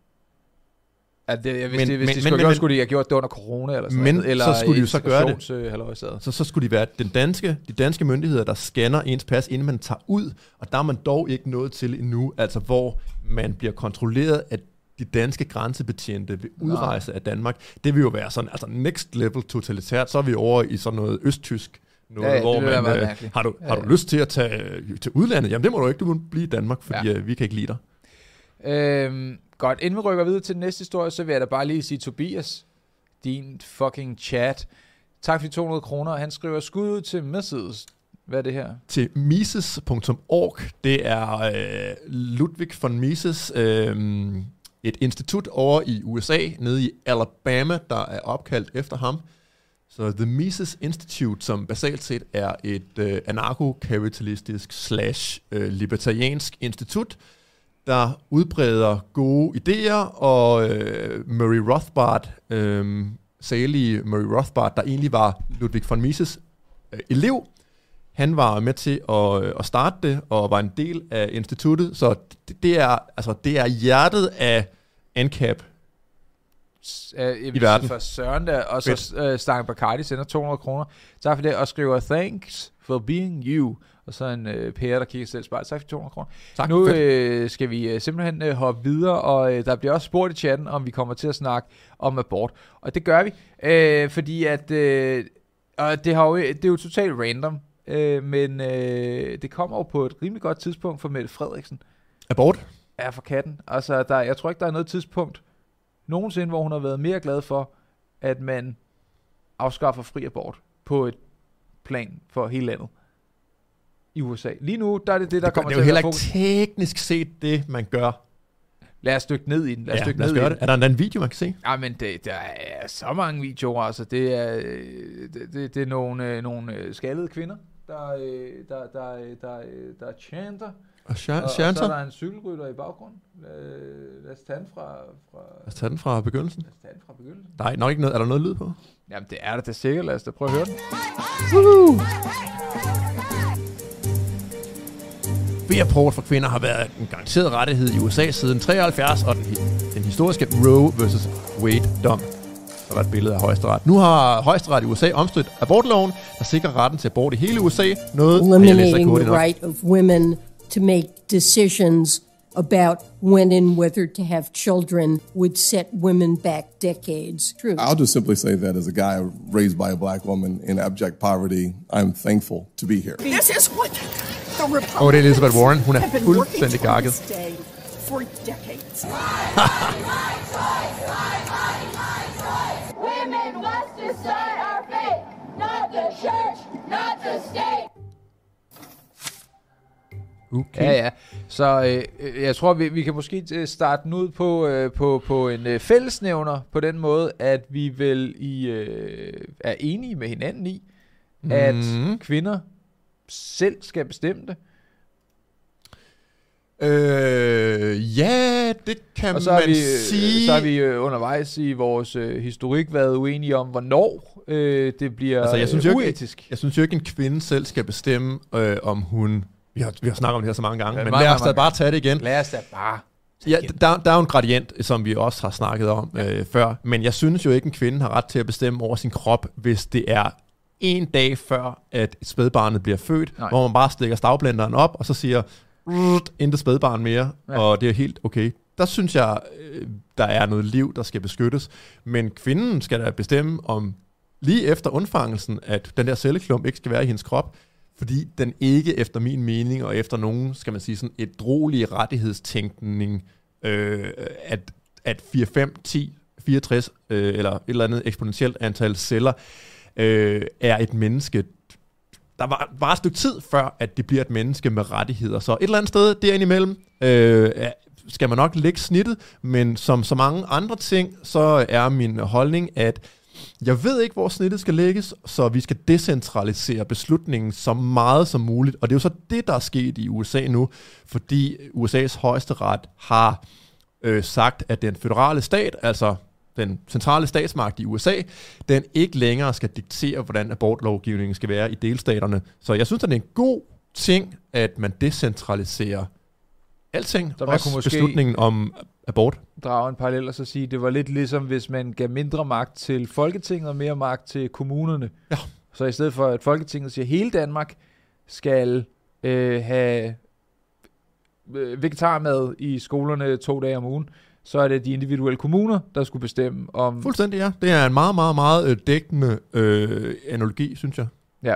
Hvis de skulle gøre, skulle de have gjort det under corona eller sådan noget. Eller så skulle de jo så gøre det. Så skulle de være de danske myndigheder, der scanner ens pas, inden man tager ud. Og der er man dog ikke nået til endnu, altså hvor man bliver kontrolleret af de danske grænsebetjente ved udrejse af Danmark. Det vil jo være sådan, altså next level totalitært. Så er vi over i sådan noget østtysk noget, hvor man har du lyst til at tage til udlandet? Jamen det må du ikke, du må blive i Danmark, fordi vi kan ikke lide dig. Godt, inden vi rykker videre til den næste historie, så vil jeg da bare lige sige, Tobias, din fucking chat, Tak for de 200 kroner. Han skriver skud ud til Mrs. Hvad er det her? Til Mises.org. Det er Ludwig von Mises, et institut over i USA, nede i Alabama, der er opkaldt efter ham. Så The Mises Institute, som basalt set er et anarkokapitalistisk / libertariansk institut, der udbreder gode idéer, og Murray Rothbard, salige Murray Rothbard, der egentlig var Ludwig von Mises elev, han var med til at starte det, og var en del af instituttet, så det er hjertet af ANCAP i verden. For Søren der, og så Stange Bacardi sender 200 kroner. Tak for det, og skriver, thanks for being you. Og så en Per, der kigger selv spejlet. Tak for 200 kroner. Tak, nu skal vi simpelthen hoppe videre, og der bliver også spurgt i chatten, om vi kommer til at snakke om abort. Og det gør vi, fordi at og det er jo totalt random, men det kommer jo på et rimelig godt tidspunkt for Mette Frederiksen. Abort? Ja, for katten. Altså, jeg tror ikke, der er noget tidspunkt nogensinde, hvor hun har været mere glad for, at man afskaffer fri abort på et plan for hele landet i USA. Lige nu, der er det der kommer til at være fokus. Det er jo heller ikke teknisk set det, man gør. Lad os dykke ned i den. Lad os gøre det. Er der en video, man kan se? Ja, men der er så mange videoer. Altså, det er nogle skaldede kvinder, der chanter. Og så er der en cykelrytter i baggrunden. Lad os tage den fra begyndelsen. Nej, nok ikke noget. Er der noget lyd på? Jamen, det er der sikkert. Lad os da prøve at høre den. Fri abort for kvinder har været en garanteret rettighed i USA siden 73, og den historiske Roe vs. Wade-dom. Der var et billede af højesteret. Nu har højesteret i USA omstødt abortloven, der sikrer retten til abort i hele USA. Eliminating the right of women to make decisions about when and whether to have children would set women back decades. True. I'll just simply say that as a guy raised by a black woman in abject poverty, I'm thankful to be here. This is what the Republicans det er Elizabeth Warren. Hun er fuldstændig gakket. For decades. Women must decide our fate, not the church, not the state. Okay. Ja. Så jeg tror, vi kan måske starte den ud på en fællesnævner på den måde, at vi vel er enige med hinanden i, at kvinder selv skal bestemme det. Ja, det kan man sige. Så har vi undervejs i vores historik været uenige om, hvornår det bliver uetisk. Jeg synes jo ikke, en kvinde selv skal bestemme, om hun... Vi har snakket om det her så mange gange, men lad os da bare tage det igen. Lad os da bare Ja, der er jo en gradient, som vi også har snakket om før, men jeg synes jo ikke, en kvinde har ret til at bestemme over sin krop, hvis det er en dag før, at spædbarnet bliver født, hvor man bare stikker stavblenderen op, og så siger, intet spædbarn mere, og det er helt okay. Der synes jeg, der er noget liv, der skal beskyttes, men kvinden skal da bestemme om, lige efter undfangelsen, at den der celleklump ikke skal være i hendes krop, fordi den ikke, efter min mening, og efter nogen, skal man sige, sådan et drolig rettighedstænkning, at 4, 5, 10, 64, eller et eller andet eksponentielt antal celler, er et menneske. Der var et stykke tid før, at det bliver et menneske med rettigheder. Så et eller andet sted derindimellem skal man nok lægge snittet, men som så mange andre ting, så er min holdning, at jeg ved ikke, hvor snittet skal lægges, så vi skal decentralisere beslutningen så meget som muligt. Og det er jo så det, der er sket i USA nu, fordi USA's højesteret har sagt, at den føderale stat, altså den centrale statsmagt i USA, den ikke længere skal diktere, hvordan abortlovgivningen skal være i delstaterne. Så jeg synes, at det er en god ting, at man decentraliserer alting, så også kunne beslutningen om abort. Drage en parallel og så sige, det var lidt ligesom, hvis man gav mindre magt til Folketinget og mere magt til kommunerne. Ja. Så i stedet for, at Folketinget siger, at hele Danmark skal have vegetarmad i skolerne 2 dage om ugen, så er det de individuelle kommuner, der skulle bestemme om... Fuldstændig, ja. Det er en meget, meget, meget dækkende analogi, synes jeg. Ja,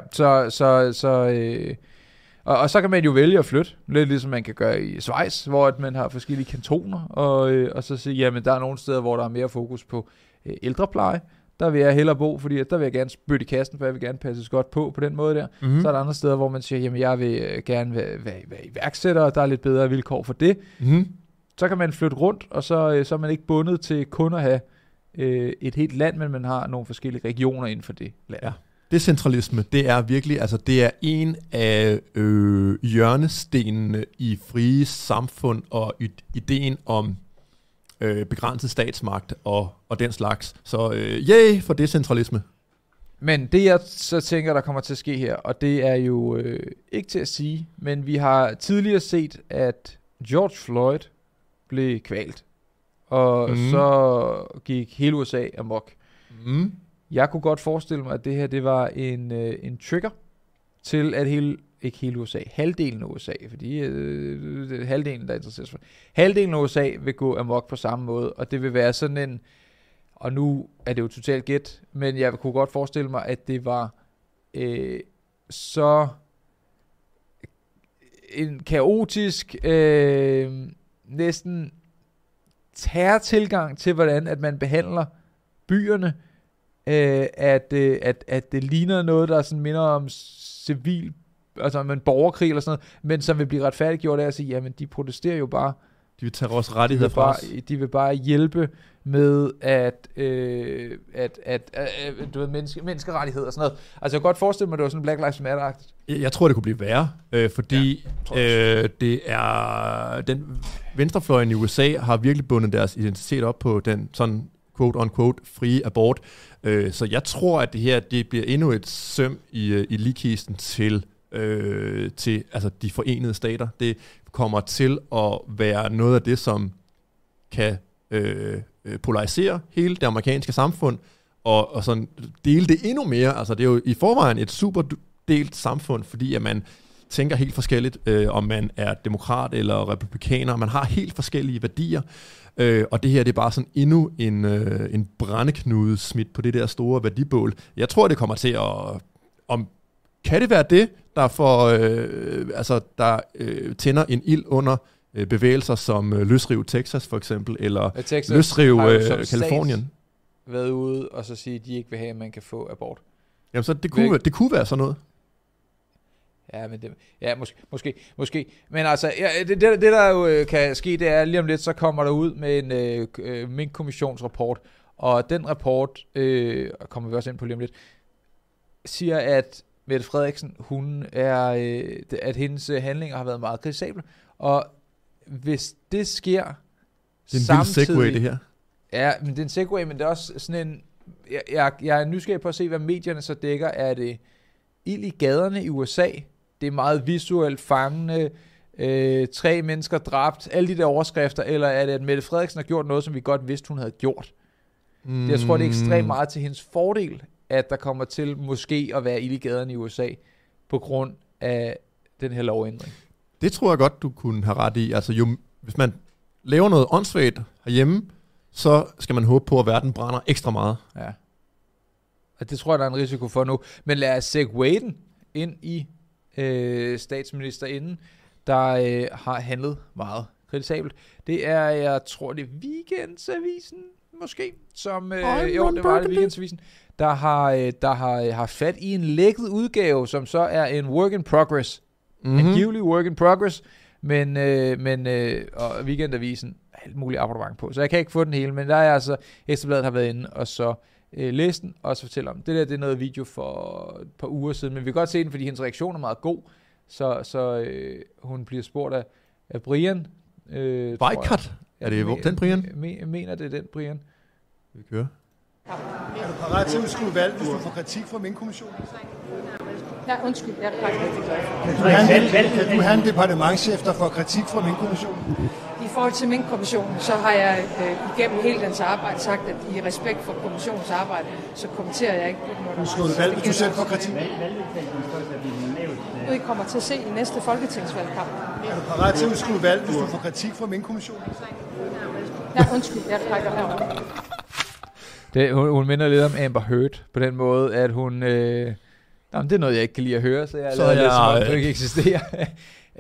og så kan man jo vælge at flytte, lidt ligesom man kan gøre i Schweiz, hvor man har forskellige kantoner, og så sige, jamen der er nogle steder, hvor der er mere fokus på ældrepleje, der vil jeg hellere bo, fordi der vil jeg gerne spytte i kassen, for jeg vil gerne passes godt på den måde der. Så er der andre steder, hvor man siger, jamen jeg vil gerne være iværksætter, og der er lidt bedre vilkår for det. Så kan man flytte rundt, og så er man ikke bundet til kun at have et helt land, men man har nogle forskellige regioner inden for det land. Ja. Decentralisme, det er virkelig, altså det er en af hjørnestenene i frie samfund og ideen om begrænset statsmagt og den slags. Så yay for decentralisme. Men det jeg så tænker, der kommer til at ske her, og det er jo ikke til at sige, men vi har tidligere set, at George Floyd blev kvalt, og så gik hele USA amok. Jeg kunne godt forestille mig, at det her det var en trigger til at ikke hele USA, halvdelen af USA, fordi halvdelen der interesserer sig for. Halvdelen af USA vil gå amok på samme måde, og det vil være sådan en, og nu er det jo totalt gæt, men jeg kunne godt forestille mig, at det var så en kaotisk, næsten terrortilgang til, hvordan at man behandler byerne, at det ligner noget, der sådan minder om civil, altså en borgerkrig eller sådan noget, men som vil blive retfærdiggjort af at sige, jamen de protesterer jo bare. De vil tage vores rettigheder fra os. De vil bare hjælpe med at du ved, menneskerettigheder og sådan noget. Altså jeg kan godt forestille mig, at det var sådan Black Lives Matter-agtigt. Jeg tror, det kunne blive værre, fordi det er den venstrefløjen i USA har virkelig bundet deres identitet op på den sådan quote-unquote frie abort. Så jeg tror, at det her det bliver endnu et søm i ligkisten til altså de forenede stater. Det kommer til at være noget af det, som kan polarisere hele det amerikanske samfund, og sådan dele det endnu mere. Altså det er jo i forvejen et super delt samfund, fordi at man tænker helt forskelligt, om man er demokrat eller republikaner. Man har helt forskellige værdier, og det her det er bare sådan endnu en brændeknude smidt på det der store værdibål. Jeg tror, det kommer til at... Kan det være det, der får tænder en ild under bevægelser som løsriv Texas for eksempel, eller løsriv Kalifornien? Været ude og så sige, at de ikke vil have, at man kan få abort. Jamen så det kunne være sådan noget. Ja, men måske. Men altså, det der jo kan ske, det er lige om lidt, så kommer der ud med en Mink-kommissionsrapport, og den rapport, kommer vi også ind på lige om lidt, siger, at Mette Frederiksen, at hendes handlinger har været meget kritisable, og hvis det sker det er en vild segway, det her. Ja, men det er en segway, men det er også sådan en... Jeg er nysgerrig på at se, hvad medierne så dækker. Er det ild i gaderne i USA? Det er meget visuelt fangende. 3 mennesker dræbt. Alle de der overskrifter. Eller er det, at Mette Frederiksen har gjort noget, som vi godt vidste, hun havde gjort? Jeg tror, det er ekstremt meget til hendes fordel, at der kommer til måske at være ild i gaderne i USA på grund af den her lovændring. Det tror jeg godt, du kunne have ret i. Altså, hvis man laver noget åndssvagt herhjemme, så skal man håbe på, at verden brænder ekstra meget. Ja. Og det tror jeg, der er en risiko for nu. Men lad os segway den ind i statsministerinden, der har handlet meget kritisabelt. Det er, jeg tror, det er Weekendsavisen, måske, som, det var det Weekendsavisen, der har fat i en lækket udgave, som så er en work in progress. Angivelig work in progress, men og Weekendavisen alt muligt abonnement på, så jeg kan ikke få den hele, men der er altså, Ekstra Bladet har været inde, og så læse den, og så fortælle om. Det er noget video for et par uger siden, men vi kan godt se den, fordi hendes reaktion er meget god, så hun bliver spurgt af Brian. Weikart? Er det den Brian? Jeg mener, det er den Brian. Vi kører. Er du parat til at udskrive valg, hvis du får kritik fra Mink-kommissionen? Ja, undskyld. Jeg er faktisk rigtig glad. Kan du have en departementschef, der får kritik fra Mink-kommissionen? I forhold til Mink-kommissionen, så har jeg igennem hele dens arbejde sagt, at i respekt for kommissionens arbejde, så kommenterer jeg ikke på den. Udskrive valg, hvis du selv får kritik? I kommer til at se i næste folketingsvalgkamp. Er du parat til at udskrive valg, hvis du får kritik fra Mink-kommissionen? Ja, undskyld. Jeg trækker herover. Hun minder lidt om Amber Heard, på den måde, at hun... det er noget, jeg ikke kan lide at høre, så jeg lader lidt som om, det ikke eksisterer.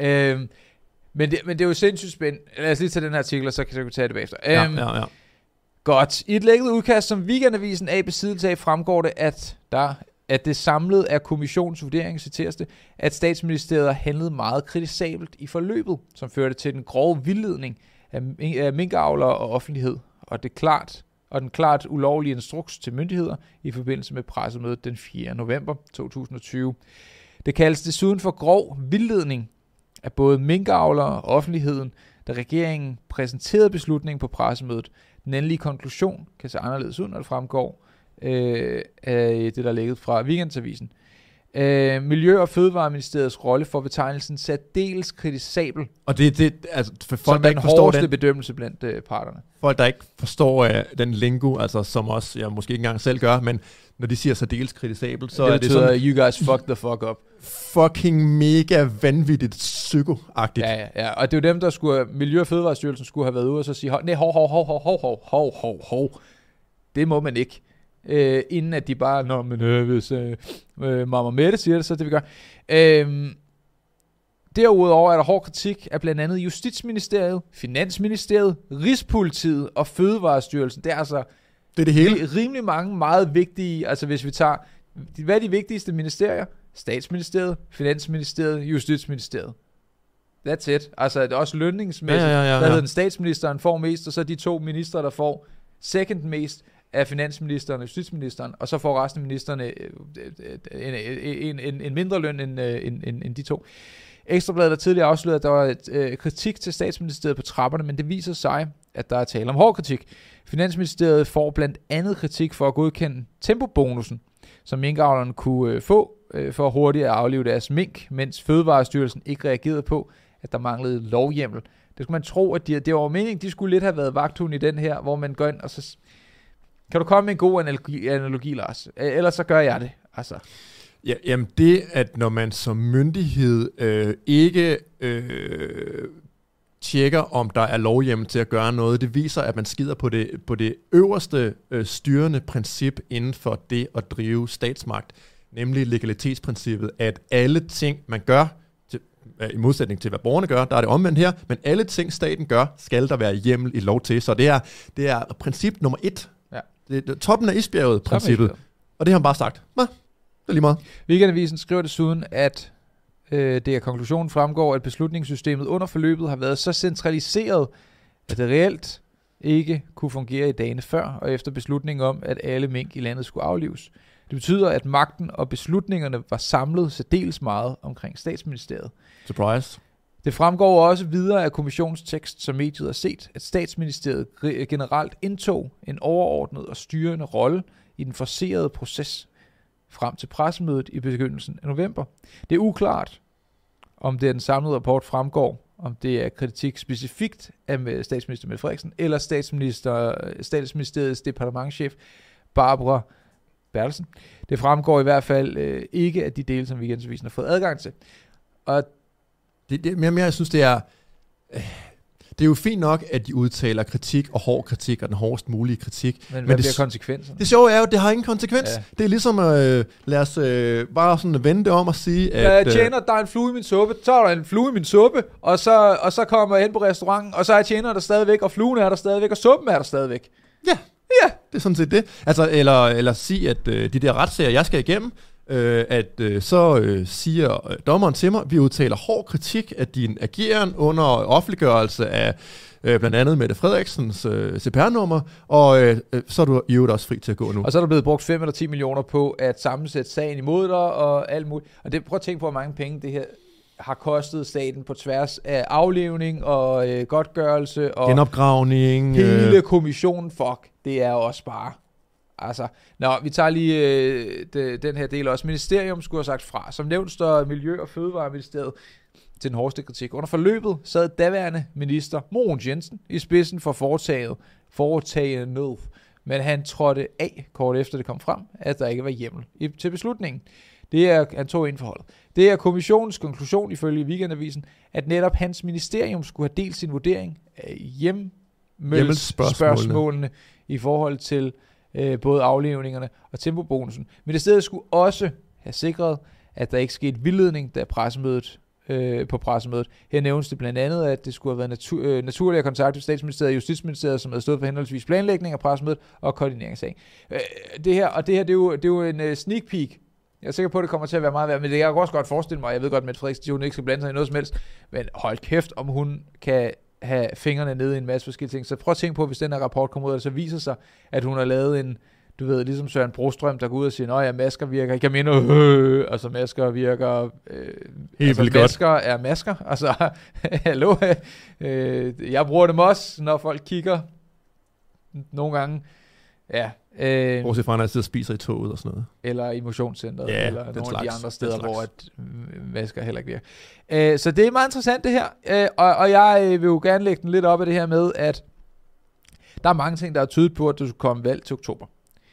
Men det er jo sindssygt spændende. Lad os lige tage den her artikel, og så kan vi tage det bagefter. Ja. Godt. I et lækket udkast, som Weekendavisen er i besiddelse af, fremgår det, at det samlet er kommissionens vurdering, citeres det, at statsministeriet handlede meget kritisabelt i forløbet, som førte til den grove vildledning af minkavlere og offentlighed, og den klart ulovlige instruks til myndigheder i forbindelse med pressemødet den 4. november 2020. Det kaldes desuden for grov vildledning af både minkavlere og offentligheden, da regeringen præsenterede beslutningen på pressemødet. Den endelige konklusion kan se anderledes ud, når det fremgår af det, der er lægget fra Weekendavisen. Miljø- og Fødevareministeriets rolle for betegnelsen særdeles kritisabel. Og det altså for folk, der ikke forstår den bedømmelse blandt parterne. Folk, der ikke forstår den lingo, altså som også jeg måske ikke engang selv gør, men når de siger særdeles kritisabel, så det er det sådan... you guys fuck the fuck up. Fucking mega vanvittigt psyko-agtigt. Ja, og det er jo dem, der skulle... Miljø- og Fødevarestyrelsen skulle have været ude og så sige, nej, hov. Det må man ikke. Inden at de bare, hvis Mamma Mette siger det, så det vi gør. Derudover er der hård kritik af blandt andet Justitsministeriet, Finansministeriet, Rigspolitiet og Fødevarestyrelsen. Det er altså det hele. Rimelig mange meget vigtige, altså hvis vi tager, hvad er de vigtigste ministerier? Statsministeriet, Finansministeriet, Justitsministeriet. That's it. Altså det er også lønningsmæssigt. Ja. Hvad hedder den? Statsministeren får mest, og så de 2 ministre, der får second mest, af finansministeren og justitsministeren, og så får resten af ministerne en mindre løn end de 2. Ekstrabladet har tidligere afsløret, at der var kritik til statsministeriet på trapperne, men det viser sig, at der er tale om hård kritik. Finansministeriet får blandt andet kritik for at godkende tempobonusen, som minkavlerne kunne få for hurtigt at aflive deres mink, mens Fødevarestyrelsen ikke reagerede på, at der manglede lovhjemmel. Det skulle man tro, at det var meningen, de skulle lidt have været vagthund i den her, hvor man går ind og så... Kan du komme med en god analogi, Lars? Ellers så gør jeg det. Altså. Ja, jamen det, at når man som myndighed ikke tjekker, om der er lovhjemmel til at gøre noget, det viser, at man skider på det øverste styrende princip inden for det at drive statsmagt, nemlig legalitetsprincippet, at alle ting, man gør, i modsætning til, hvad borgerne gør, der er det omvendt her, men alle ting, staten gør, skal der være hjemmel i lov til. Så det er princip nummer 1. Ja. Det er toppen af isbjerget, princippet. Og det har han bare sagt. Det er lige meget. Weekendavisen skriver desuden, at det af konklusionen fremgår, at beslutningssystemet under forløbet har været så centraliseret, at det reelt ikke kunne fungere i dagene før og efter beslutningen om, at alle mink i landet skulle aflives. Det betyder, at magten og beslutningerne var samlet særdeles meget omkring statsministeriet. Surprise. Det fremgår også videre af kommissionstekst, som mediet har set, at statsministeriet generelt indtog en overordnet og styrende rolle i den forcerede proces frem til pressemødet i begyndelsen af november. Det er uklart, om det er den samlede rapport fremgår, om det er kritik specifikt af statsminister Mette Frederiksen, eller statsministeriets departementschef Barbara Bertelsen. Det fremgår i hvert fald ikke af de dele, som Weekendavisen har fået adgang til. Og jeg synes, det er jo fint nok, at de udtaler kritik og hård kritik og den hårdest mulige kritik. Men hvad bliver konsekvenserne? Det sjove er jo, at det har ingen konsekvens. Ja. Det er ligesom, lad os bare sådan vende det om og sige, at... Jeg tjener, der er en flue i min suppe, så er der en flue i min suppe, og så kommer jeg hen på restauranten, og så er tjener der stadigvæk, og fluen er der stadigvæk, og suppen er der stadigvæk. Ja, det er sådan set det. Altså, eller sige, at de der retssager, jeg skal igennem, så siger dommeren til mig, vi udtaler hård kritik af din ageren under offentliggørelse af blandt andet Mette Frederiksens CPR-nummer, og så er du i øvrigt også fri til at gå nu. Og så er der blevet brugt 5 eller 10 millioner på at sammensætte sagen imod dig og alt muligt. Og prøv at tænke på, hvor mange penge det her har kostet staten på tværs af aflevning og godtgørelse og genopgravning. Hele kommissionen, det er også bare... Altså, vi tager lige den her del også. Ministerium skulle have sagt fra. Som nævnt står Miljø- og Fødevareministeriet til den hårdeste kritik. Under forløbet sad daværende minister Mogens Jensen i spidsen for foretagendet. Men han trådte af kort efter det kom frem, at der ikke var hjemmel til beslutningen. Han tog ind forholdet. Det er kommissionens konklusion ifølge Weekendavisen, at netop hans ministerium skulle have delt sin vurdering af hjemmelsspørgsmålene i forhold til både aflevningerne og tempobonusen. Ministeriet skulle også have sikret, at der ikke skete vildledning, da pressemødet på pressemødet. Her nævnes det blandt andet, at det skulle have været naturligt at kontakte Statsministeriet og Justitsministeriet, som havde stået for henholdsvis planlægning af pressemødet og koordineringssagen. Det her, det er jo en sneak peek. Jeg er sikker på, at det kommer til at være meget værd, men det kan jeg også godt forestille mig. Jeg ved godt, at Mette Frederiksen hun ikke skal blande sig i noget som helst, men hold kæft, om hun kan have fingrene nede i en masse forskellige ting. Så prøv at tænke på, hvis den her rapport kommer ud, og så viser sig, at hun har lavet en, du ved, ligesom Søren Brostrøm, der går ud og siger, at masker virker, jeg mener, altså masker virker, altså masker er masker, altså, hallo, jeg bruger dem også, når folk kigger, nogle gange, ja. Bortset fra, når jeg sidder og spiser i toget og sådan noget. Eller i motionscenteret, eller nogle af de andre steder, hvor at masker heller ikke virker. Så det er meget interessant det her, og jeg vil jo gerne lægge den lidt op af det her med, at der er mange ting, der er tydet på, at du skal komme valg til oktober.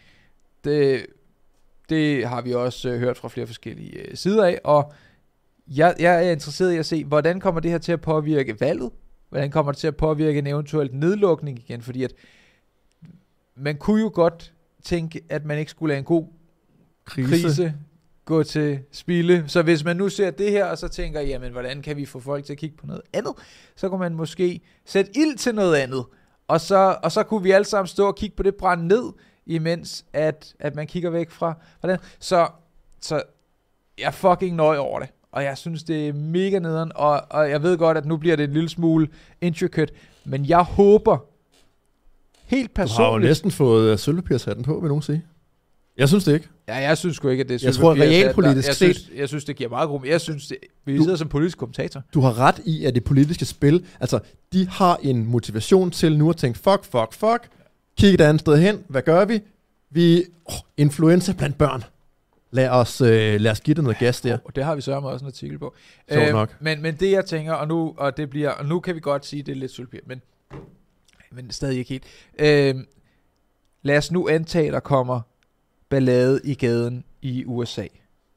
Det har vi også hørt fra flere forskellige sider af, og jeg er interesseret i at se, hvordan kommer det her til at påvirke valget? Hvordan kommer det til at påvirke en eventuel nedlukning igen? Fordi at man kunne jo godt tænke, at man ikke skulle lade en god krise gå til spilde. Så hvis man nu ser det her, og så tænker, jamen, hvordan kan vi få folk til at kigge på noget andet? Så kunne man måske sætte ild til noget andet. Og så kunne vi alle sammen stå og kigge på det brænde ned, imens at man kigger væk fra den. Så jeg er fucking nøje over det. Og jeg synes, det er mega nederen. Og jeg ved godt, at nu bliver det en lille smule intricate. Men jeg håber helt personligt... Du har jo næsten fået sølvpapirshatten på, vil nogen sige. Jeg synes det ikke. Ja, jeg synes sgu ikke, at det er jeg tror, realpolitisk set... Jeg synes, det giver meget rum. Jeg synes, vi sidder som politisk kommentator. Du har ret i, at det politiske spil... Altså, de har en motivation til nu at tænke, fuck. Kig et andet sted hen. Hvad gør vi? Vi... influenza blandt børn. Lad os give det noget gas der. Det har vi sørget med også en artikel på. Nok. Men det jeg tænker, og nu kan vi godt sige, det er lidt sølvpapir, men stadig ikke helt. Lad os nu antage, der kommer ballade i gaden i USA.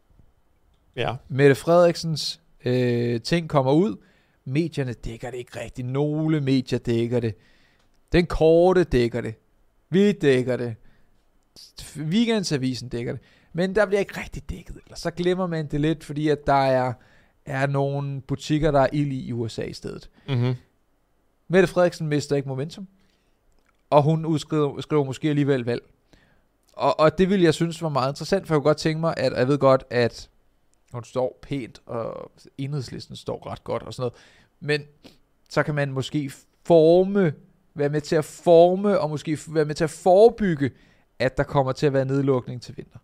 Ja. Mette Frederiksens ting kommer ud. Medierne dækker det ikke rigtigt. Nogle medier dækker det. Den korte dækker det. Vi dækker det. Weekendsavisen dækker det. Men der bliver ikke rigtig dækket. Eller så glemmer man det lidt, fordi at der er nogle butikker, der er ild i USA i stedet. Mm-hmm. Mette Frederiksen mister ikke momentum. Og hun skriver måske alligevel valg. Og det ville jeg synes var meget interessant, for jeg kunne godt tænke mig, at jeg ved godt, at hun står pænt, og Enhedslisten står ret godt og sådan noget. Men så kan man måske være med til at forme, og måske være med til at forebygge, at der kommer til at være nedlukning til vinter.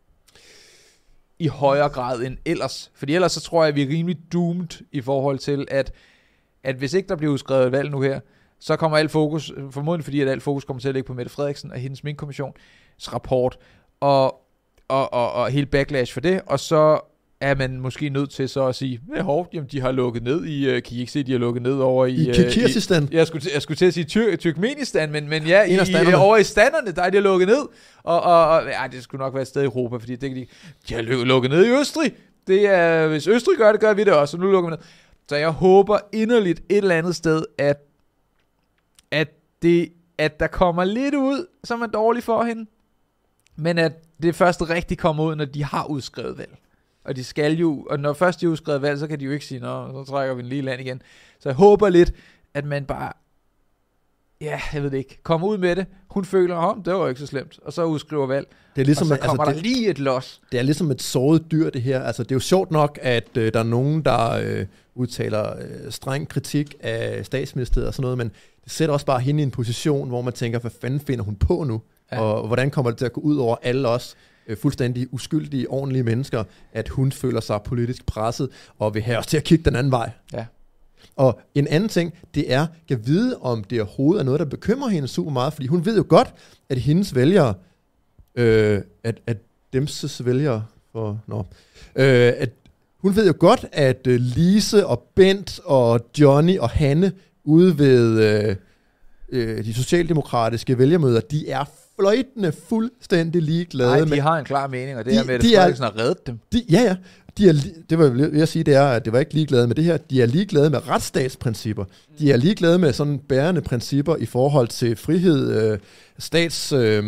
I højere grad end ellers. Fordi ellers så tror jeg, at vi er rimelig doomed i forhold til, at hvis ikke der bliver udskrevet valg nu her, så kommer alt fokus, formodentlig fordi at alt fokus kommer til at ligge på Mette Frederiksen og hendes minkkommissions rapport, og hele backlash for det, og så er man måske nødt til så at sige, jamen de har lukket ned i, kan I ikke se, de har lukket ned over i Kirgisistan. Jeg skulle til at sige Turkmenistan, men ja, over i standerne, der er de lukket ned, og det skulle nok være et sted i Europa, fordi det, de har lukket ned i Østrig. Det er, hvis Østrig gør det, gør vi det også, så nu lukker vi ned. Så jeg håber inderligt et eller andet sted, at der kommer lidt ud, som er dårligt for hende, men at det først rigtig kommer ud, når de har udskrevet valg. Og de skal jo, og når først de har udskrevet valg, så kan de jo ikke sige, så trækker vi en lille land igen. Så jeg håber lidt, at man bare, jeg ved det ikke, kommer ud med det. Hun føler, det var ikke så slemt, og så udskriver valg. Det er ligesom, og så kommer der lige et los. Det er ligesom et såret dyr, det her. Altså, det er jo sjovt nok, at der er nogen, der udtaler streng kritik af statsministeriet og sådan noget, men det sætter også bare hende i en position, hvor man tænker, hvad fanden finder hun på nu? Ja. Og hvordan kommer det til at gå ud over alle os fuldstændig uskyldige, ordentlige mennesker, at hun føler sig politisk presset, og vil have os til at kigge den anden vej. Ja. Og en anden ting, det er, kan vide, om det overhovedet er noget, der bekymrer hende super meget, fordi hun ved jo godt, at hendes vælgere, at demses vælgere, at hun ved jo godt, at Lise og Bent og Johnny og Hanne ude ved de socialdemokratiske vælgermøder, de er fløjtende fuldstændig ligeglade. Nej, de har en klar mening, og det er med, at Frederiksen har reddet dem. Det var jeg sige, det er, at det var ikke ligeglade med det her. De er ligeglade med retsstatsprincipper. De er ligeglade med sådan bærende principper i forhold til frihed,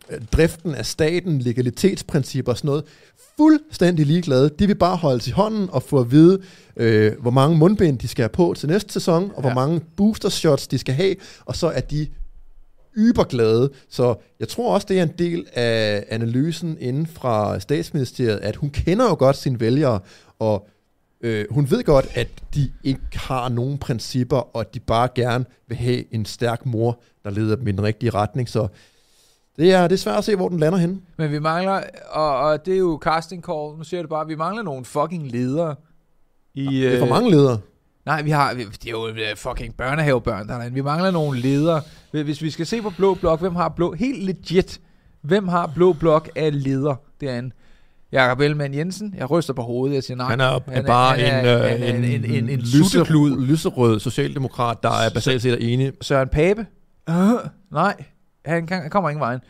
driften af staten, legalitetsprincipper og sådan noget, fuldstændig ligeglade. De vil bare holde til hånden og få at vide, hvor mange mundbind de skal have på til næste sæson, og hvor mange booster shots de skal have, og så er de yberglade. Så jeg tror også, det er en del af analysen inden fra Statsministeriet, at hun kender jo godt sine vælgere, og hun ved godt, at de ikke har nogen principper, og at de bare gerne vil have en stærk mor, der leder dem i den rigtige retning. Så det er svært at se, hvor den lander henne. Men vi mangler, og det er jo casting call, nu siger jeg det bare, vi mangler nogle fucking ledere. Det er for mange ledere. Nej, det er jo fucking børnehavebørn derinde. Vi mangler nogle ledere. Hvis vi skal se på Blå Blok, helt legit, hvem har Blå Blok af leder derinde? Jakob Ellemann-Jensen, jeg ryster på hovedet, jeg siger nej. Han er bare en lyserød socialdemokrat, der er basalt set enig. Søren Pape? Nej, han kommer ingen vejen.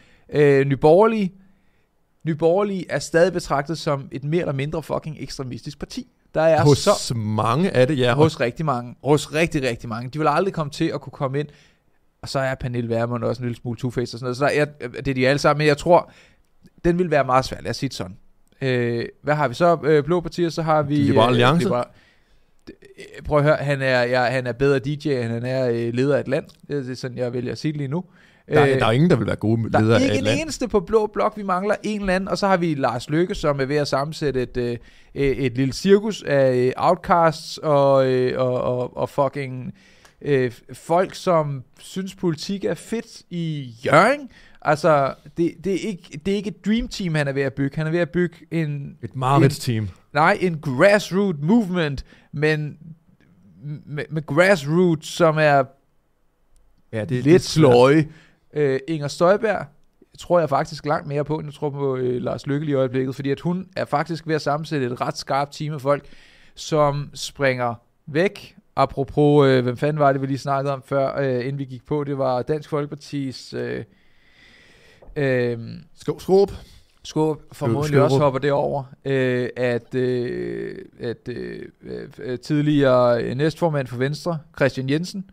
Nye Borgerlige er stadig betragtet som et mere eller mindre fucking ekstremistisk parti. Der er hos mange af det, ja. Hos rigtig mange. Hos rigtig, rigtig mange. De vil aldrig komme til at kunne komme ind. Og så er Pernille Vermund også en lille smule two-faced og sådan noget. Så det er de alle sammen. Men jeg tror, den vil være meget svær. Lad os sige det sådan. Hvad har vi så? Blå partier, så har vi... Liberal Alliance. Prøv at høre, han er bedre DJ, end han er leder af et land. Det er sådan, jeg vælger at sige det lige nu. Der er ingen, der vil være gode ledere af et land. Der er ikke en eneste på Blå Blok. Vi mangler en eller anden. Og så har vi Lars Løkke, som er ved at sammensætte et lille cirkus af outcasts og fucking folk, som synes politik er fedt i Hjørring. Altså, det er ikke et dream team, han er ved at bygge. Han er ved at bygge et mareridts-team. Nej, en grassroots movement, men med grassroots, som er lidt sløje. Inger Støjberg tror jeg faktisk langt mere på, end jeg tror på Lars Løkke i øjeblikket, fordi at hun er faktisk ved at sammensætte et ret skarpt team af folk, som springer væk. Apropos, hvem fanden var det, vi lige snakkede om før, inden vi gik på, det var Dansk Folkepartis... Skåb formodentlig også hopper derover, at tidligere næstformand for Venstre, Christian Jensen,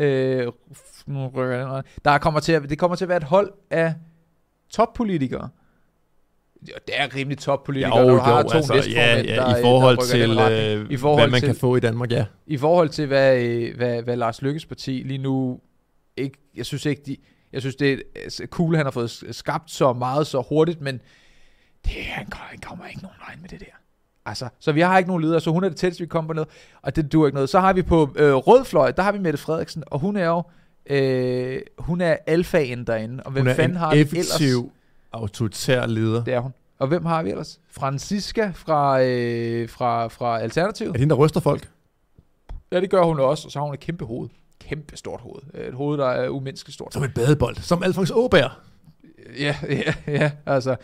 det kommer til at være et hold af toppolitikere. Det er rimelig toppolitikere, når du har to næstformænd, i forhold til, hvad man kan få i Danmark, ja. I forhold til, hvad Lars Løkkes parti lige nu ikke, jeg synes det er cool, han har fået skabt så meget så hurtigt, men han kommer ikke nogen vej med det der. Altså, så vi har ikke nogen ledere, så hun er det tætteste, vi kommer på noget, og det duer ikke noget. Så har vi på rød fløj, der har vi Mette Frederiksen, og hun er jo hun er alfaen derinde, og hvem fanden har vi ellers? Hun er en effektiv, autoritær leder. Det er hun. Og hvem har vi ellers? Franziska fra Alternativet. Er det hende, der ryster folk? Ja, det gør hun også, og så har hun et kæmpe hoved. Kæmpe stort hoved. Et hoved, der er umenneskeligt stort. Som et badebold. Som Alfons Åberg. Ja, altså.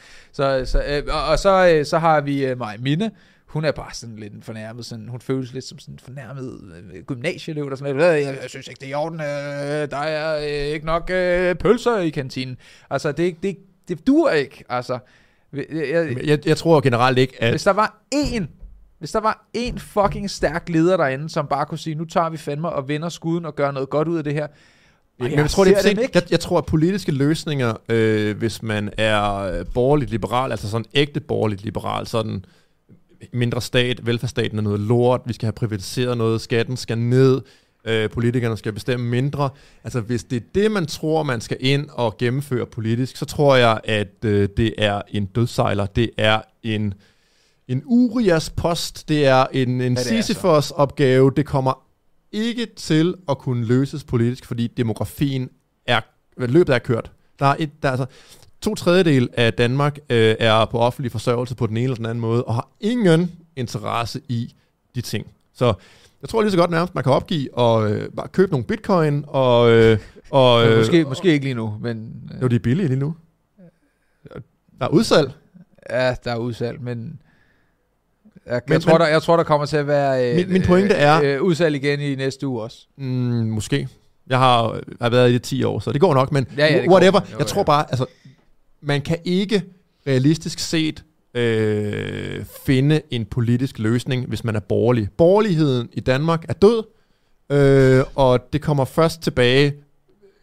Så har vi Maja Minde. Hun er bare sådan lidt fornærmet. Sådan, hun føles lidt som sådan en fornærmet gymnasieelev. Der sådan lidt, jeg synes ikke, det er i orden. Der er ikke nok pølser i kantinen. Altså, det duer ikke. Altså, jeg tror generelt ikke, at... Hvis der var en fucking stærk leder derinde, som bare kunne sige, nu tager vi fandme og vender skuden og gør noget godt ud af det her. Men jeg tror, at politiske løsninger, hvis man er borgerligt liberal, altså sådan ægte borgerligt liberal, sådan mindre stat, velfærdsstaten er noget lort, vi skal have privatiseret noget, skatten skal ned, politikerne skal bestemme mindre. Altså hvis det er det, man tror, man skal ind og gennemføre politisk, så tror jeg, at det er en dødsejler, det er en Urias post, det er en Sisyfos opgave, det kommer ikke til at kunne løses politisk, fordi demografien løbet er kørt. Der er altså 2/3 af Danmark er på offentlig forsørgelse på den ene eller den anden måde, og har ingen interesse i de ting. Så jeg tror lige så godt nærmest, man kan opgive og bare købe nogle bitcoin, og måske ikke lige nu, men... Jo, de er billige lige nu. Der er udsalg. Ja, der er udsalg, men... Jeg tror, der kommer til at være min pointe er udsalg igen i næste uge også. Måske. Jeg har været i det 10 år, så det går nok, men det whatever. Jeg tror bare, altså, man kan ikke realistisk set finde en politisk løsning, hvis man er borgerlig. Borgerligheden i Danmark er død, og det kommer først tilbage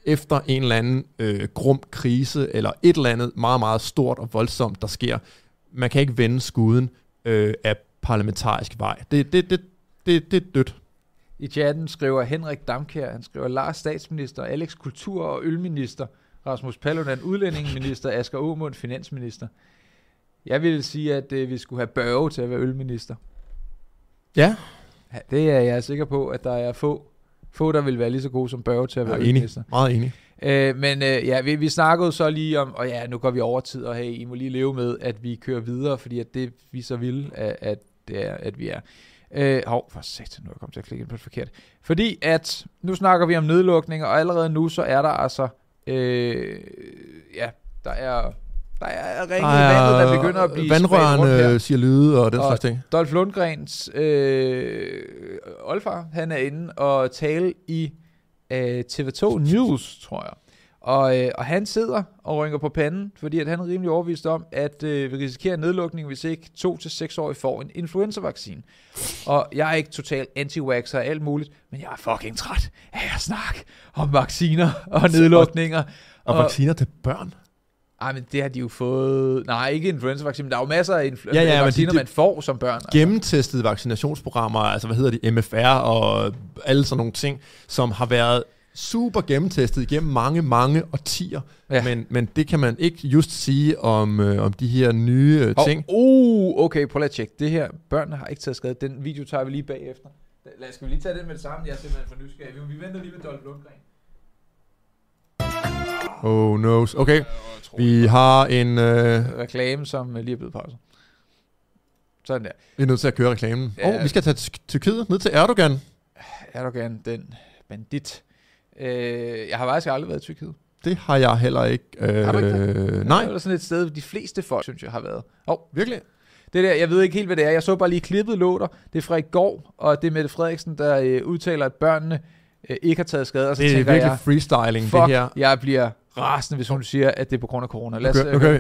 efter en eller anden grum krise, eller et eller andet meget, meget stort og voldsomt, der sker. Man kan ikke vende skuden af parlamentarisk vej. Det er dødt. I chatten skriver Henrik Damkjær, han skriver Lars statsminister, Alex kultur- og ølminister, Rasmus Paludan udlændingeminister, Asger Aamund finansminister. Jeg vil sige, at vi skulle have Børge til at være ølminister. Ja. Det er jeg sikker på, at der er få der vil være lige så gode som Børge til at være ølminister. Meget enig. Men vi snakkede så lige om, og nu går vi over tid, og hey, I må lige leve med, at vi kører videre, fordi at det vi så vil, at vi er. For satan, nu er jeg kommet til at klikke ind på det forkert. Fordi at, nu snakker vi om nedlukning, og allerede nu, så er der altså, der er ringet i vandet, der begynder at blive vandrørende siger lyde og den slags ting. Dolph Lundgrens oldfar, han er inde og tale i TV2 News, tror jeg. Og han sidder og rynker på panden, fordi at han er rimelig overbevist om, at vi risikerer nedlukning, hvis ikke 2 til 6 år får en influenza-vaccine. Og jeg er ikke totalt anti-vaxxer og alt muligt, men jeg er fucking træt af at snakke om vacciner og nedlukninger. Og vacciner til børn? Ej, men det har de jo fået. Nej, ikke influenza-vaccine, men der er jo masser af vacciner, man får som børn. Gennemtestede vaccinationsprogrammer, altså hvad hedder de, MFR og alle sådan nogle ting, som har været super gennemtestet igennem mange årtier. Ja. Men det kan man ikke just sige om de her nye ting. Okay, prøv lige at tjekke. Det her, børnene har ikke taget skade. Den video tager vi lige bagefter. Skal vi lige tage den med det samme? Jeg er simpelthen for nysgerrig. Vi venter lige med Dolph Lundgren. Oh no. Okay, vi har en reklame, som lige er blevet pauset. Sådan der. Vi er nødt til at køre reklamen. Vi skal tage Tyrkiet ned til Erdogan. Erdogan, den bandit. Jeg har faktisk aldrig været i Tyrkiet. Det har jeg heller ikke. Nej. Det er sådan et sted, de fleste folk, synes jeg, har været. Virkelig? Det der, jeg ved ikke helt, hvad det er. Jeg så bare lige klippet lå der. Det er fra i går, og det er Mette Frederiksen, der udtaler, at børnene ikke har taget skade. Og så det er tænker virkelig jeg, freestyling, det her. Jeg bliver rasende, hvis hun siger, at det er på grund af corona. Okay.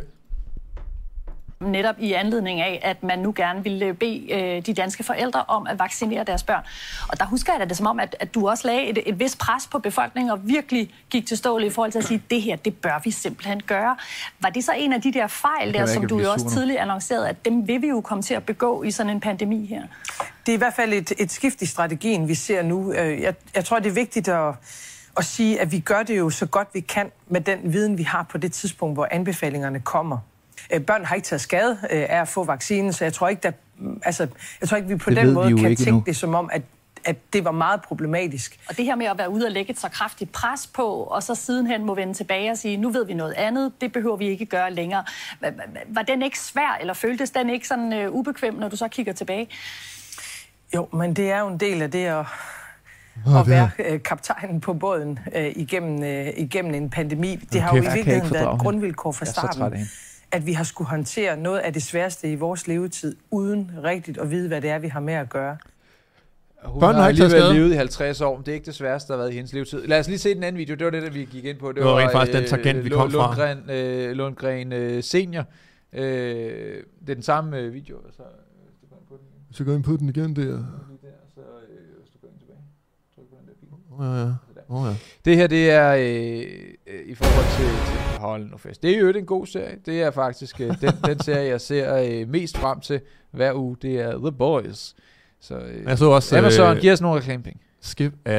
Netop i anledning af, at man nu gerne ville bede de danske forældre om at vaccinere deres børn. Og der husker jeg det som om, at du også lagde et vist pres på befolkningen og virkelig gik til stålet i forhold til at sige, det her, det bør vi simpelthen gøre. Var det så en af de der fejl der, som du jo også tidligere annoncerede, at dem vil vi jo komme til at begå i sådan en pandemi her? Det er i hvert fald et skift i strategien, vi ser nu. Jeg tror, det er vigtigt at sige, at vi gør det jo så godt vi kan med den viden, vi har på det tidspunkt, hvor anbefalingerne kommer. Børn har ikke taget skade af at få vaccinen, så jeg tror ikke, vi på den måde kan tænke det som om, at det var meget problematisk. Og det her med at være ude og lægge et så kraftigt pres på, og så sidenhen må vende tilbage og sige, nu ved vi noget andet, det behøver vi ikke gøre længere. Var den ikke svær, eller føltes den ikke sådan ubekvem, når du så kigger tilbage? Jo, men det er jo en del af det at være kaptajnen på båden igennem en pandemi. Det har jo i virkeligheden været et grundvilkår fra starten, at vi har skulle håndtere noget af det sværeste i vores levetid, uden rigtigt at vide, hvad det er, vi har med at gøre. Hun har alligevel levet i 50 år, men det er ikke det sværeste, der har været i hendes levetid. Lad os lige se den anden video, det var det, der vi gik ind på. Det var rent faktisk den tangent, vi kom fra. Lundgren senior. Det er den samme video. Så gå ind på den igen der. Så du går ind tilbage. Tryk på den der bil. Ja. Det her, det er i forhold til hold nu fest. Det er jo en god serie. Det er faktisk den serie, jeg ser mest frem til hver uge. Det er The Boys. Så, jeg så også Amazon giver os nogle reklamepenge. Skip ad.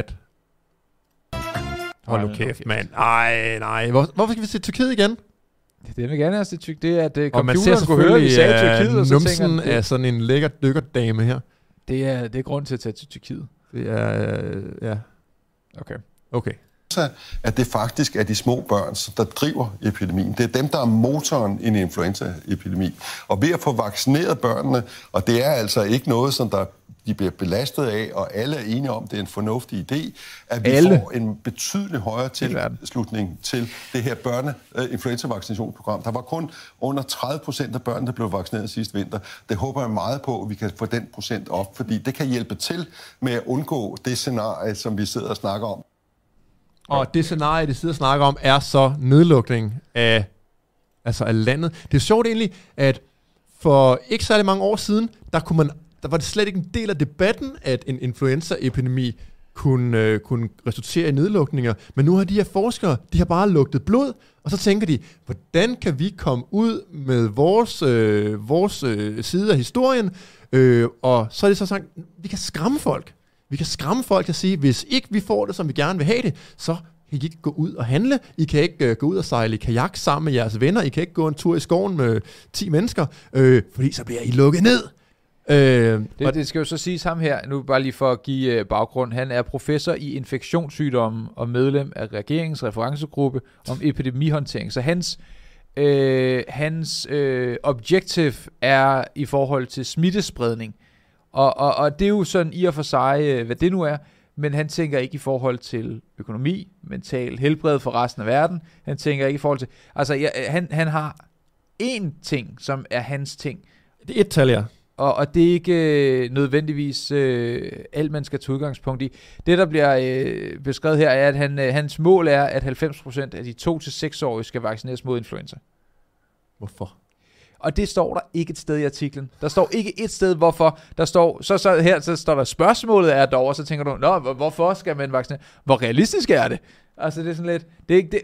Hold nu kæft, mand. Nej. Hvorfor skal vi se Tyrkiet igen? Det vil gerne have til Tyrkiet. Det er, at computeren skulle høre, at vi sagde Tyrkiet, og så numsen af sådan en lækker dykkerdame her. Det er grund til at tage til Tyrkiet. Det er, ja. Okay. At det faktisk er de små børn, der driver epidemien. Det er dem, der er motoren i en influenzaepidemi. Og ved at få vaccineret børnene, og det er altså ikke noget, som de bliver belastet af, og alle er enige om, det er en fornuftig idé, at vi får en betydeligt højere tilslutning til det her børne-influenza-vaccinationsprogram. Der var kun under 30% af børnene, der blev vaccineret sidste vinter. Det håber jeg meget på, at vi kan få den procent op, fordi det kan hjælpe til med at undgå det scenarie, som vi sidder og snakker om. Og det scenarie, de sidder og snakker om, er så nedlukning af landet. Det er sjovt egentlig, at for ikke særlig mange år siden, der var det slet ikke en del af debatten, at en influenzaepidemi kunne resultere i nedlukninger. Men nu har de her forskere, de har bare lugtet blod, og så tænker de, hvordan kan vi komme ud med vores side af historien? Og så er det så sagt, vi kan skræmme folk. Vi kan skræmme folk og sige, hvis ikke vi får det, som vi gerne vil have det, så kan I ikke gå ud og handle. I kan ikke gå ud og sejle i kajak sammen med jeres venner. I kan ikke gå en tur i skoven med 10 mennesker, fordi så bliver I lukket ned. Det skal jo så siges ham her, nu bare lige for at give baggrund. Han er professor i infektionssygdomme og medlem af regeringens referencegruppe om epidemihåndtering. Så hans objective er i forhold til smittespredning. Og det er jo sådan i og for sig, hvad det nu er, men han tænker ikke i forhold til økonomi, mental helbred for resten af verden. Han tænker ikke i forhold til... Altså, han har én ting, som er hans ting. Det er et tal, ja. Og det er ikke nødvendigvis alt, man skal tage udgangspunkt i. Det, der bliver beskrevet her, er, at hans mål er, at 90% af de 2-6-årige skal vaccineres mod influenza. Hvorfor? Og det står der ikke et sted i artiklen. Der står ikke et sted, hvorfor. Der står, så står der spørgsmålet er dog, og så tænker du, nå, hvorfor skal man vaccinere? Hvor realistisk er det? Altså, det er sådan lidt, det er ikke det.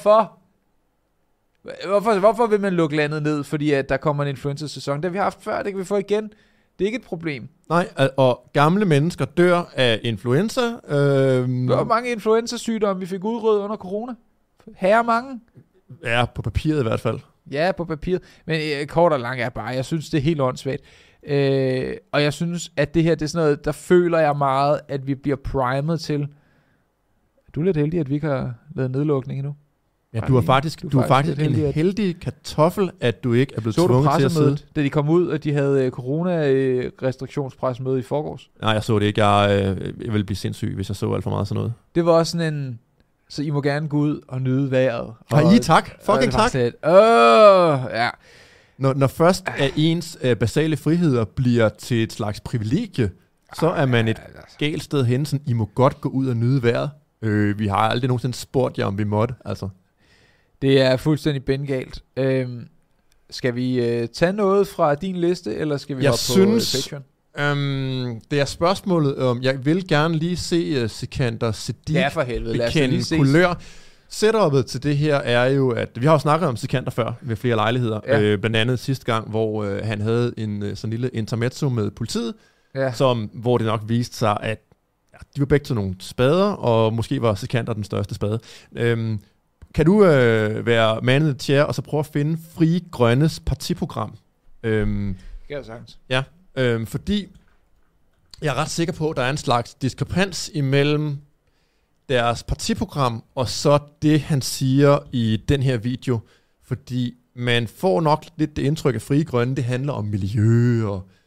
Hvorfor vil man lukke landet ned, fordi at der kommer en influenza-sæson? Det har vi haft før, det kan vi få igen. Det er ikke et problem. Nej, og gamle mennesker dør af influenza. Hvor mange influenza-sygdomme vi fik udryddet under corona? Herre mange? Ja, på papiret i hvert fald. Ja, på papiret. Men kort og langt er bare, jeg synes, det er helt åndssvagt. Og jeg synes, at det her, det er sådan noget, der føler jeg meget, at vi bliver primet til. Du er lidt heldig, at vi ikke har lavet nedlukning endnu. Ja, du er faktisk en heldig kartoffel, at du ikke er blevet tvunget til at sidde. Da de kom ud, og de havde corona-restriktionspressemøde i forgårs. Nej, jeg så det ikke. Jeg ville blive sindssyg, hvis jeg så alt for meget sådan noget. Det var også sådan en... Så I må gerne gå ud og nyde vejret. Tak. Fucking tak. Ja. Når først af ens basale friheder bliver til et slags privilegie, så er man et galt sted hen, sådan, I må godt gå ud og nyde vejret. Vi har aldrig nogensinde spurgt jer, om vi måtte, altså. Det er fuldstændig bengalt. Skal vi tage noget fra din liste, eller skal vi hoppe på Patreon? Det er spørgsmålet om, jeg vil gerne lige se Sikander Siddiq bekende kulør. Setupet til det her er jo, at vi har jo snakket om Sikander før ved flere lejligheder. Blandt andet sidste gang, hvor han havde en sådan lille intermezzo med politiet, hvor det nok viste sig, at de var begge til nogle spader, og måske var Sikander den største spade. Kan du være man in the chair, og så prøve at finde Frie Grønnes partiprogram? Skal jeg sagtens. Ja. Fordi jeg er ret sikker på, at der er en slags diskrepans imellem deres partiprogram og så det, han siger i den her video. Fordi man får nok lidt det indtryk af Frie Grønne, det handler om miljø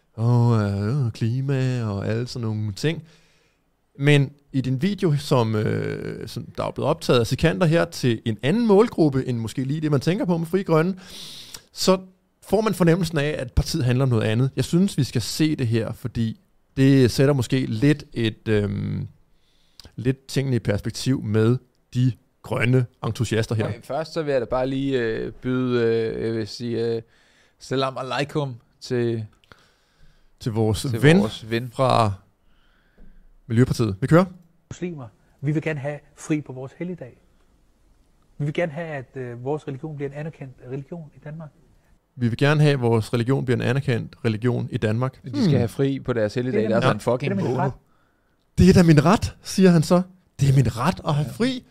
og klima og alle sådan nogle ting. Men i din video, som der er blevet optaget af Sikander her til en anden målgruppe, end måske lige det, man tænker på med Frie Grønne, så får man fornemmelsen af, at partiet handler om noget andet. Jeg synes, vi skal se det her, fordi det sætter måske lidt lidt tingene i perspektiv med de grønne entusiaster her. Okay, først så vil jeg da bare lige byde, salam alaikum til vores ven fra Miljøpartiet. Vi kører. Muslimer. Vi vil gerne have fri på vores helligdag. Vi vil gerne have, at vores religion bliver en anerkendt religion i Danmark. Vi vil gerne have, at vores religion bliver en anerkendt religion i Danmark. De skal have fri på deres helligdag. Det er sådan en fucking bono. Det er da min ret, siger han så. Det er min ret at have fri,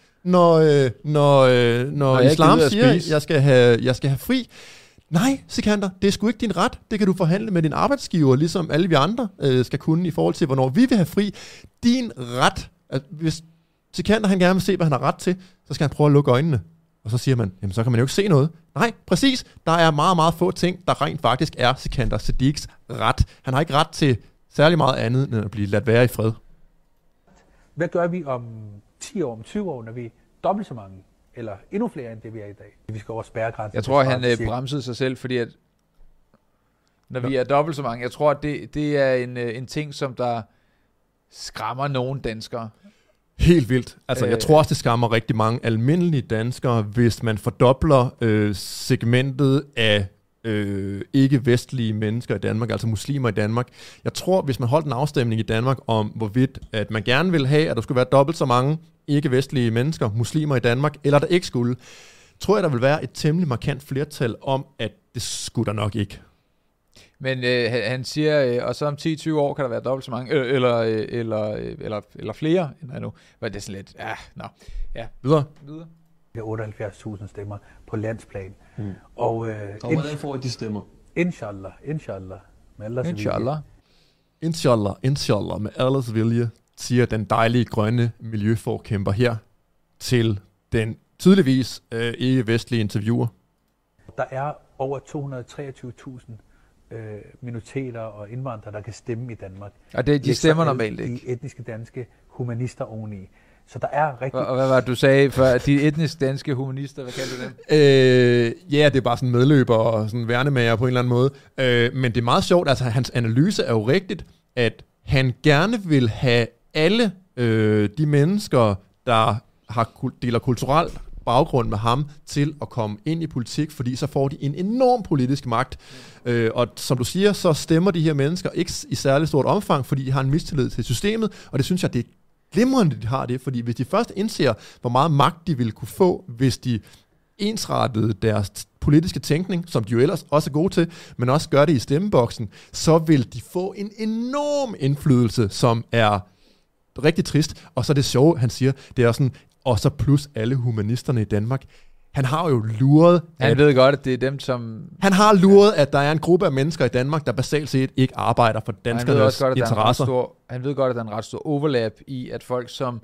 når islam siger, at jeg skal have fri. Nej, Sikander, det er sgu ikke din ret. Det kan du forhandle med din arbejdsgiver, ligesom alle vi andre skal kunne i forhold til, hvornår vi vil have fri. Din ret. Altså, hvis Sikander han gerne vil se, hvad han har ret til, så skal han prøve at lukke øjnene. Og så siger man, jamen så kan man jo ikke se noget. Nej, præcis. Der er meget, meget få ting, der rent faktisk er Sikander Siddiqs ret. Han har ikke ret til særlig meget andet, end at blive ladt være i fred. Hvad gør vi om 10 år, om 20 år, når vi er dobbelt så mange, eller endnu flere end det, vi er i dag? Vi skal over spærregrænsen. Jeg tror, han bremsede sig selv, fordi at når vi er dobbelt så mange, jeg tror, at det er en ting, som der skræmmer nogle danskere. Helt vildt. Altså, jeg tror også, det skræmmer rigtig mange almindelige danskere, hvis man fordobler segmentet af ikke-vestlige mennesker i Danmark, altså muslimer i Danmark. Jeg tror, hvis man holdt en afstemning i Danmark om, hvorvidt at man gerne vil have, at der skulle være dobbelt så mange ikke-vestlige mennesker, muslimer i Danmark, eller der ikke skulle, tror jeg, der vil være et temmelig markant flertal om, at det skulle der nok ikke. Men han siger, og så om 10-20 år kan der være dobbelt så mange, eller flere end der nu. Men det er sådan lidt, Videre. Det er 78.000 stemmer på landsplan. Og hvordan får I de stemmer? Inshallah. Med Inshallah, med alles vilje, siger den dejlige grønne miljøforkæmper her til den tydeligvis ikke-vestlige interviewer. Der er over 223.000 minoriteter og indvandrere, der kan stemme i Danmark. Og de stemmer normalt ikke? De etniske danske humanister oveni. Så der er rigtig... Og hvad var det, du sagde før? De etniske danske humanister, hvad kalder du dem? Det er bare sådan medløber og sådan værnemager på en eller anden måde. Men det er meget sjovt, altså hans analyse er jo rigtigt, at han gerne vil have alle de mennesker, der deler kulturel baggrund med ham, til at komme ind i politik, fordi så får de en enorm politisk magt. Og som du siger, så stemmer de her mennesker ikke i særlig stort omfang, fordi de har en mistillid til systemet, og det synes jeg, det er glimrende, de har det, fordi hvis de først indser, hvor meget magt de ville kunne få, hvis de ensrettede deres politiske tænkning, som de jo ellers også er gode til, men også gør det i stemmeboksen, så vil de få en enorm indflydelse, som er rigtig trist. Og så det sjove, han siger, det er sådan, og så plus alle humanisterne i Danmark. Han har jo luret... Han ved godt, at det er dem, som... Han har luret, at der er en gruppe af mennesker i Danmark, der basalt set ikke arbejder for danskernes interesser. Han ved godt, at der er en ret stor overlap i, at folk, som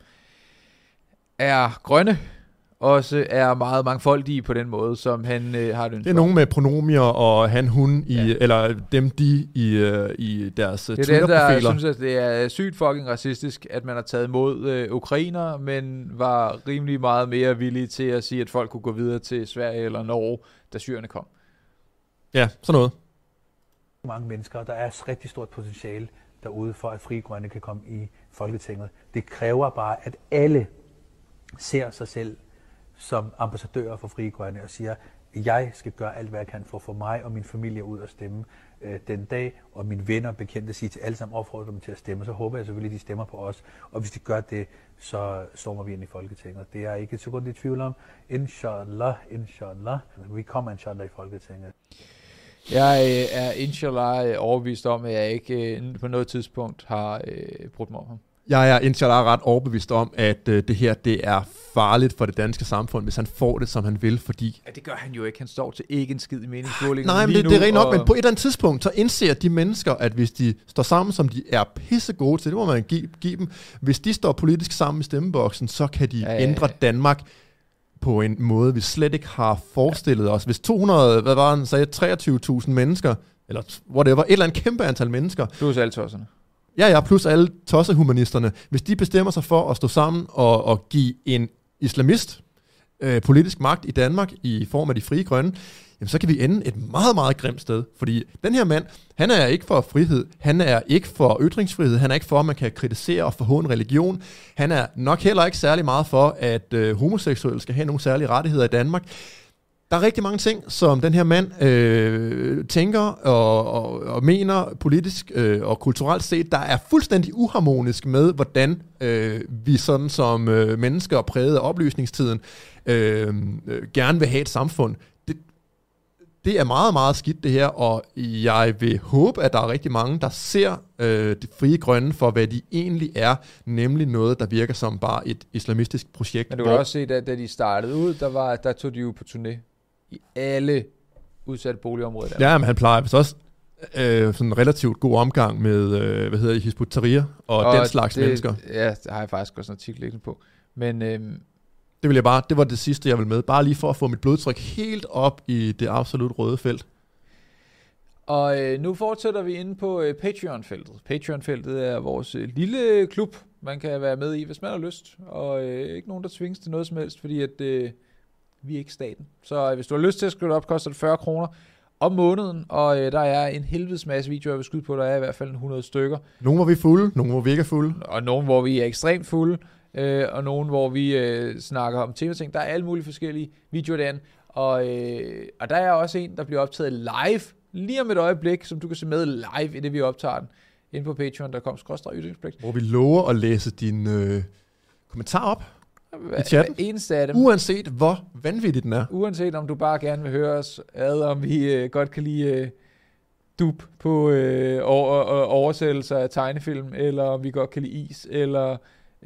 er grønne, også er meget mangfoldige på den måde, som han har det. Det er nogen med pronomier og han, hun, eller dem, de i deres Twitter-profiler. Det er dem, der synes, at det er sygt fucking racistisk, at man har taget imod ukrainer, men var rimelig meget mere villige til at sige, at folk kunne gå videre til Sverige eller Norge, da syrerne kom. Ja, sådan noget. Mange mennesker, der er et rigtig stort potentiale derude for, at Frie Grønne kan komme i Folketinget. Det kræver bare, at alle ser sig selv som ambassadører for Frie Grønne og siger, at jeg skal gøre alt, hvad jeg kan for at få mig og min familie ud at stemme den dag, og mine venner og bekendte siger til alle sammen, opfordrer dem til at stemme, så håber jeg selvfølgelig, at de stemmer på os, og hvis de gør det, så stormer vi ind i Folketinget. Det er ikke et sekund i tvivl om. Inshallah. Vi kommer inshallah i Folketinget. Jeg er inshallah overbevist om, at jeg ikke på noget tidspunkt har brudt mig om ham. Jeg er inshallah ret overbevist om, at det her, det er farligt for det danske samfund, hvis han får det, som han vil, fordi... Ja, det gør han jo ikke. Han står til ikke en skid i meningsmålingen. Nej, men det er rent nok, men på et eller andet tidspunkt, så indser de mennesker, at hvis de står sammen, som de er pissegode til, det må man give dem, hvis de står politisk sammen i stemmeboksen, så kan de ændre Danmark på en måde, vi slet ikke har forestillet os. Hvis 23.000 mennesker, eller whatever, et eller andet kæmpe antal mennesker... Plus alle tosserne. Ja, plus alle tossehumanisterne. Hvis de bestemmer sig for at stå sammen og give en islamist politisk magt i Danmark i form af de Frie Grønne, jamen så kan vi ende et meget, meget grimt sted. Fordi den her mand, han er ikke for frihed, han er ikke for ytringsfrihed, han er ikke for, at man kan kritisere og forhåne religion. Han er nok heller ikke særlig meget for, at homoseksuelle skal have nogle særlige rettigheder i Danmark. Der er rigtig mange ting, som den her mand tænker og mener politisk og kulturelt set, der er fuldstændig uharmonisk med, hvordan vi sådan som mennesker præget af oplysningstiden gerne vil have et samfund. Det er meget, meget skidt det her, og jeg vil håbe, at der er rigtig mange, der ser de Frie Grønne for, hvad de egentlig er, nemlig noget, der virker som bare et islamistisk projekt. Men du kan også se, da de startede ud, der tog de jo på turné i alle udsatte boligområder. Ja, men han plejer vist også sådan en relativt god omgang med, Hizb ut-Tahrir og den slags mennesker. Ja, det har jeg faktisk også en artikel liggende på. Men det var det sidste, jeg vil med. Bare lige for at få mit blodtryk helt op i det absolut røde felt. Og nu fortsætter vi inde på Patreon-feltet. Patreon-feltet er vores lille klub, man kan være med i, hvis man har lyst. Og ikke nogen, der tvinges til noget som helst, fordi at vi er ikke staten. Så hvis du har lyst til at skrive det op, koster det 40 kroner om måneden. Og der er en helvedes masse videoer, jeg vil skyde på. Der er i hvert fald 100 stykker. Nogle hvor vi er fulde, nogle hvor vi ikke er fulde. Og nogle hvor vi er ekstremt fulde. Og nogle hvor vi snakker om temating. Der er alle mulige forskellige videoer derinde. Og der er også en, der bliver optaget live, lige om et øjeblik, som du kan se med live, i det vi optager den, inde på patreon.com/ytringspligt. Hvor vi lover at læse din kommentar op i chatten. Eneste af dem. Uanset hvor vanvittigt den er. Uanset om du bare gerne vil høre os ad, om vi godt kan lide dub på oversættelser af tegnefilm, eller om vi godt kan lide is, eller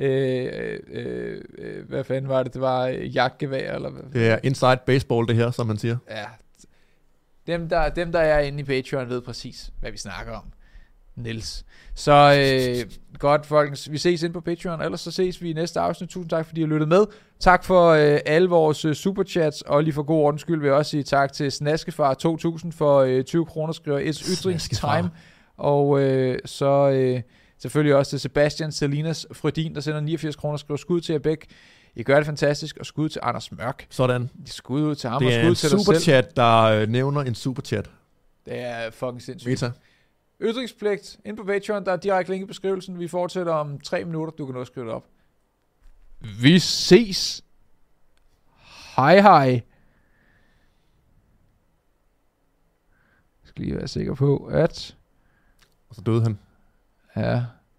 hvad fanden var det? Det var jagtgevær, eller hvad? Det er inside baseball, det her, som man siger. Ja. Dem, der er inde i Patreon, ved præcis, hvad vi snakker om. Niels. Så godt, folkens. Vi ses ind på Patreon, ellers så ses vi i næste afsnit. Tusind tak, fordi I har lyttet med. Tak for alle vores superchats, og lige for god ordens skyld vil jeg også sige tak til Snaskefar 2000 for 20 kroner, skriver ytringstime. Og så selvfølgelig også til Sebastian Salinas Frødin, der sender 89 kroner, skriver skud til jer begge. I gør det fantastisk, og skud til Anders Mørk. Sådan. Skud ud til ham, det og skud til dig selv. Det er en superchat, der nævner en superchat. Det er fucking sindssygt. Meta. Ytringspligt, ind på Patreon, der er direkte link i beskrivelsen. Vi fortsætter om 3 minutter, du kan nå at skrive det op. Vi ses. Hej hej. Jeg skal lige være sikker på, at... Og så døde han. Ja.